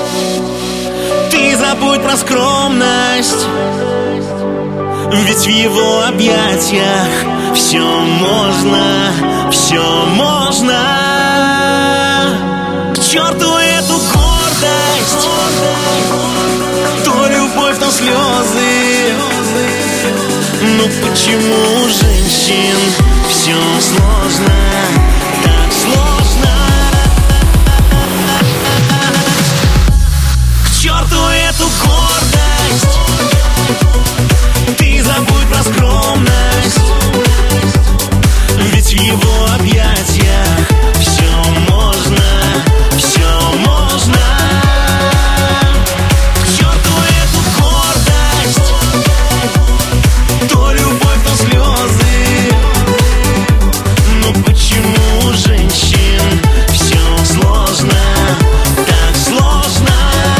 ты забудь про скромность, ведь в его объятиях все можно, все можно. К черту эту гордость, то любовь, то слезы. Но почему у женщин все сложно, так сложно? К черту эту гордость, ты забудь про скромность, ведь в его объятиях все можно, все можно. К черту эту гордость, то любовь, то слезы. Но почему у женщин все сложно, так сложно?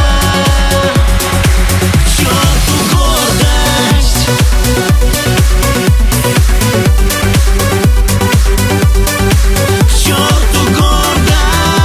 К черту гордость, к черту гордость.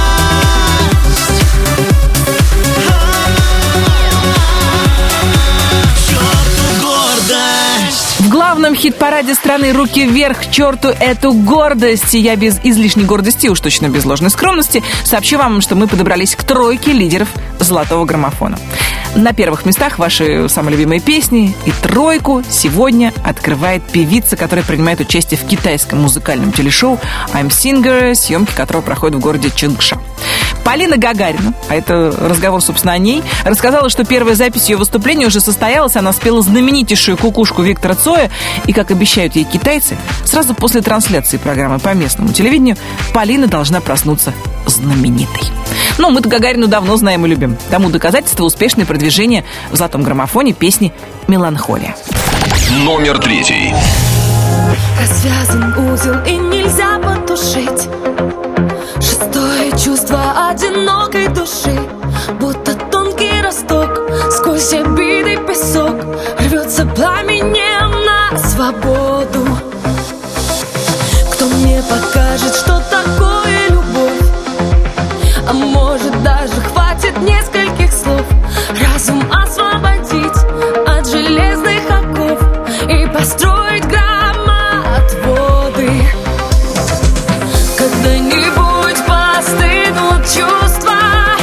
К черту гордость. В главном хит-параде страны «Руки вверх, к черту эту гордость». Я без излишней гордости, уж точно без ложной скромности, сообщу вам, что мы подобрались к тройке лидеров золотого граммофона. На первых местах ваши самые любимые песни, и тройку сегодня открывает певица, которая принимает участие в китайском музыкальном телешоу «I'm Singer», съемки которого проходят в городе Чингша. Полина Гагарина, а это разговор, собственно, о ней, рассказала, что первая запись ее выступления уже состоялась. Она спела знаменитейшую кукушку Виктора Цоя. И, как обещают ей китайцы, сразу после трансляции программы по местному телевидению Полина должна проснуться знаменитой. Ну, мы-то Гагарину давно знаем и любим. Тому доказательство успешное продвижение в золотом граммофоне песни «Меланхолия». Номер третий. Развязан узел и нельзя потушить шестое чувство одинокой души, будто тонкий росток сквозь обиды песок рвется пламенем на свободу. Кто мне покажет, что такое любовь? А может, даже хватит нескольких слов. Разум освободить от железных оков и построить громоотводы. Когда-нибудь постынут чувства,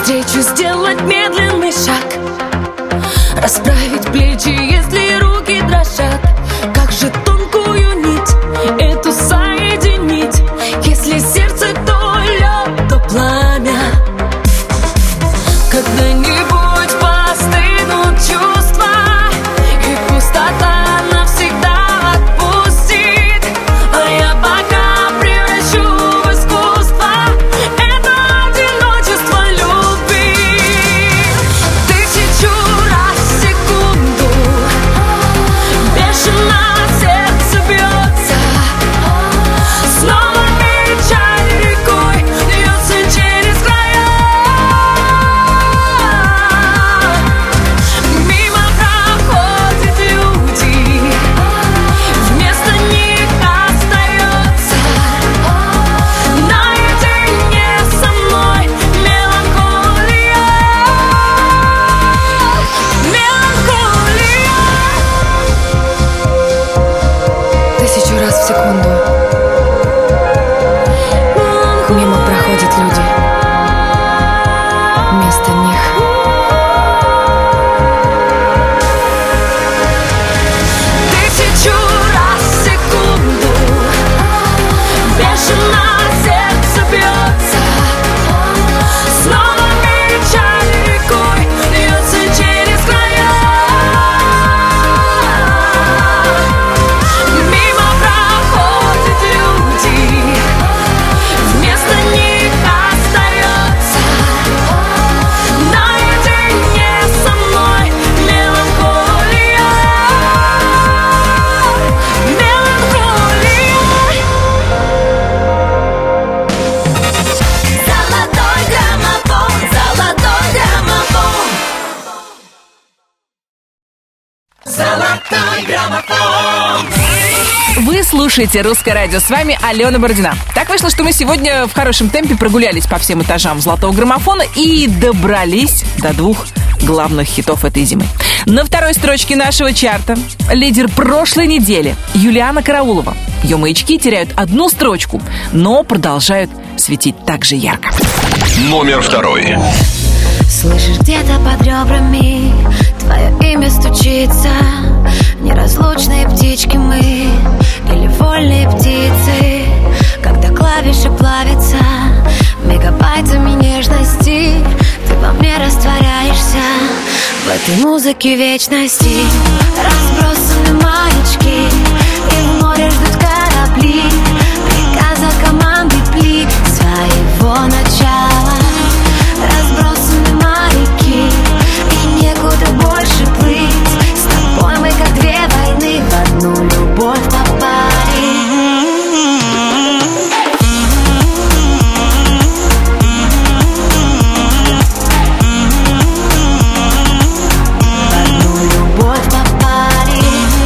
Навстречу сделать медленный шаг, расправить плечи, если руки дрожат. Как же тонкую нить эту соединить, если сердце то лед, то пламя. Когда-нибудь постынут чувства, и пустота навсегда отпустит. А я пока превращу в искусство это одиночество любви. Тысячу раз в секунду бешено сердце бьется, снова печаль рекой льется через края. Мимо проходят люди, вместо них остается наедине со мной меланхолия. Меланхолия. Тысячу раз в секунду мимо проходят люди, вместо них тысячу раз в секунду бешено сердце бьется, снова печаль рекой льется через края. Мимо проходят люди, вместо них остается наедине со мной меланхолия. Меланхолия. Золотой граммофон, золотой граммофон. Золотой граммофон. Вы слушаете «Русское радио». С вами Алена Бородина. Так вышло, что мы сегодня в хорошем темпе прогулялись по всем этажам золотого граммофона и добрались до двух главных хитов этой зимы. На второй строчке нашего чарта лидер прошлой недели Юлиана Караулова. Ее маячки теряют одну строчку, но продолжают светить так же ярко. Номер второй. Слышишь, где-то под ребрами твое имя стучится. Неразлучные птички мы или вольные птицы. Когда клавиши плавятся мегабайтами нежности, ты во мне растворяешься в этой музыке вечности. Разбросаны маячки, и в море ждут корабли приказа команды пли своего начала. Разбросаны маяки, и некуда больше плыть. С тобой мы как две войны в одну любовь попали. В одну любовь попали.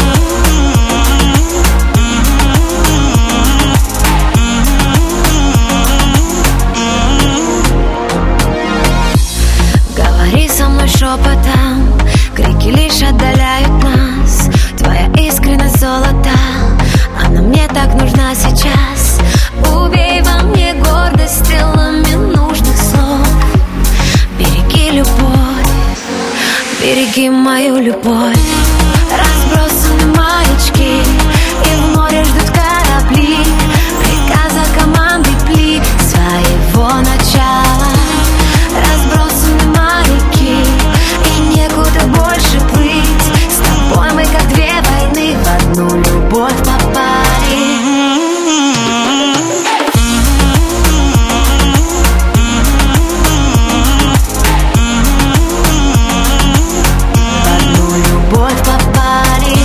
Говори со мной шепотом, крики лишь отдаляют нас. Твоя искренность золота, она мне так нужна сейчас. Убей во мне гордость стрелами нужных слов. Береги любовь, береги мою любовь. Разбросаны маячки, и в море ждут корабли приказа команды пли своего начала. Разбросаны маяки, и некуда больше плыть. С тобой мы как две войны в одну любовь попали. В одну любовь попали.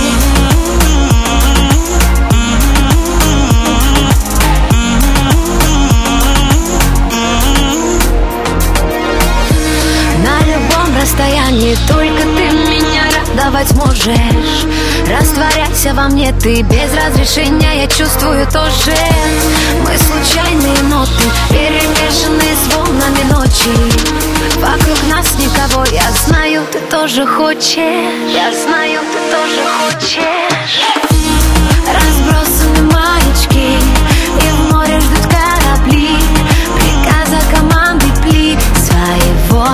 На любом расстоянии только ты меня радовать можешь. Растворяйся во мне ты без разрешения, я чувствую тоже. Мы случайные ноты, перемешанные с волнами ночи. Вокруг нас никого, я знаю, ты тоже хочешь. Я знаю, ты тоже хочешь. Разбросаны маячки, и в море ждут корабли приказа команды пли своего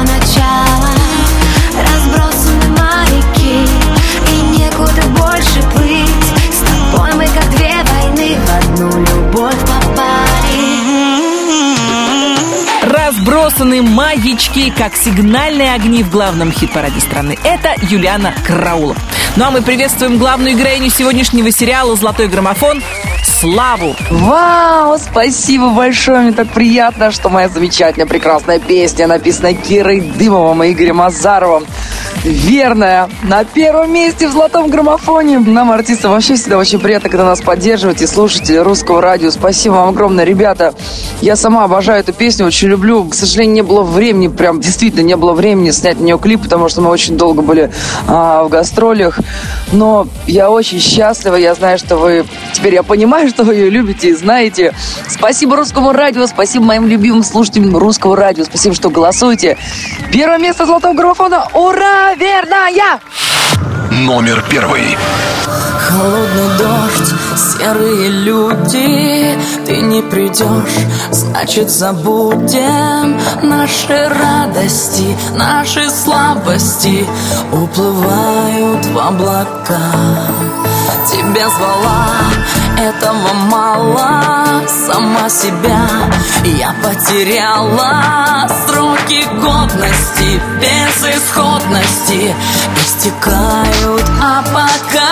разбросаны маячки, как сигнальные огни в главном хит-параде страны. Это Юлиана Караулова. Ну а мы приветствуем главную героиню сегодняшнего сериала «Золотой граммофон» Славу. Вау, спасибо большое, мне так приятно, что моя замечательная, прекрасная песня, написанная Кирой Дымовым и Игорем Азаровым, верная, на первом месте в «Золотом граммофоне». Нам, артистам, вообще всегда очень приятно, когда нас поддерживаете, слушатели Русского радио. Спасибо вам огромное, ребята. Я сама обожаю эту песню, очень люблю. К сожалению, не было времени, прям действительно не было времени снять на нее клип, потому что мы очень долго были а, в гастролях. Но я очень счастлива, я знаю, что вы... Теперь я понимаю, что вы ее любите и знаете. Спасибо Русскому радио, спасибо моим любимым слушателям Русского радио, спасибо, что голосуете. Первое место «Золотого граммофона». Ура, верная! Номер первый. Холодный дождь, серые люди, ты не придешь, значит забудем наши радости, наши слабости уплывают в облака. Тебя звала, этого мало, сама себя я потеряла. Сроки годности, безысходности истекают, а пока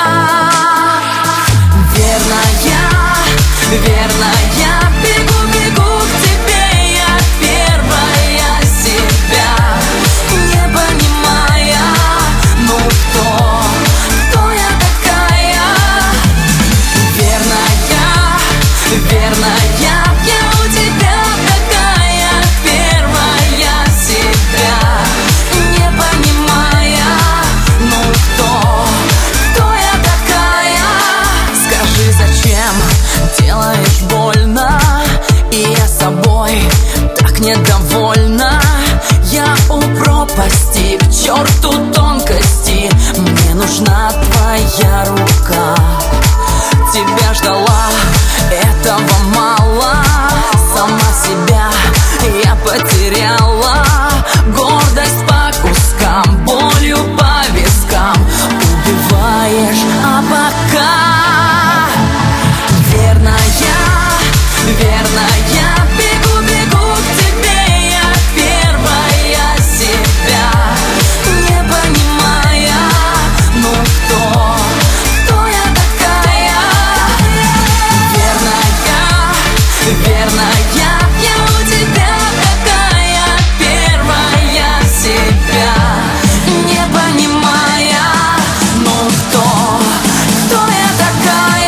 верная, верная, бегу-бегу к тебе, я первая себя, не понимая, ну кто, кто я такая? Верная, верная, я у тебя такая, первая себя, не понимая, ну кто, кто я такая? Скажи, зачем делаешь больно, и я собой так недовольна. Я у пропасти, к черту тонкости, мне нужна твоя рука. Тебя ждала, этого мало, сама себя я потеряла. Гордость по кускам, болью по вискам убиваешь, а пока верная, верная, бегу-бегу к тебе, я первая себя, не понимая, ну кто, кто я такая? Верная, верная, я у тебя такая, первая себя, не понимая, ну кто, кто я такая?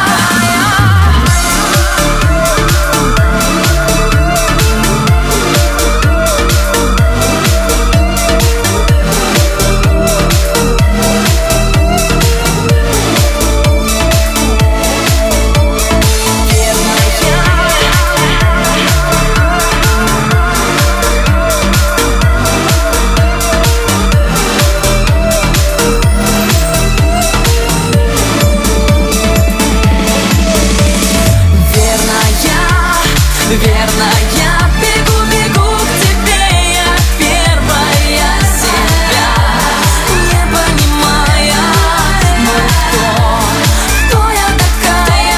Верная, бегу-бегу к тебе, я первая себя, не понимая, ну кто, кто я такая?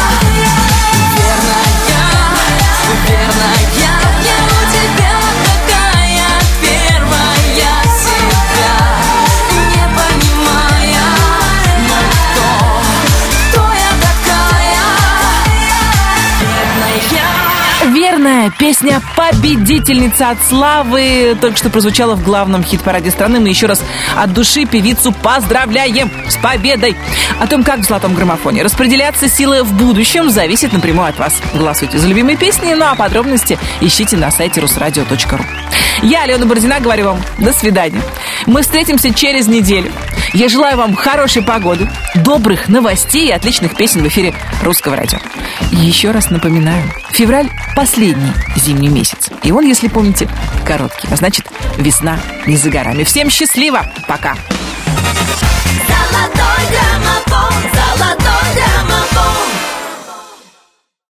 Верная, верная, я у тебя такая, первая себя, не понимая, ну кто, кто я такая? Верная. Верная песня «Победительница» от Славы только что прозвучала в главном хит-параде страны. Мы еще раз от души певицу поздравляем с победой. О том, как в «Золотом граммофоне» распределяться силы в будущем, зависит напрямую от вас. Голосуйте за любимые песни, ну а подробности ищите на сайте русрадио точка ру. Я, Алена Бородина, говорю вам до свидания. Мы встретимся через неделю. Я желаю вам хорошей погоды, добрых новостей и отличных песен в эфире Русского радио. И еще раз напоминаю, февраль – последний зимний месяц. И он, если помните, короткий. А значит, весна не за горами. Всем счастливо! Пока! Золотой граммофон, золотой граммофон.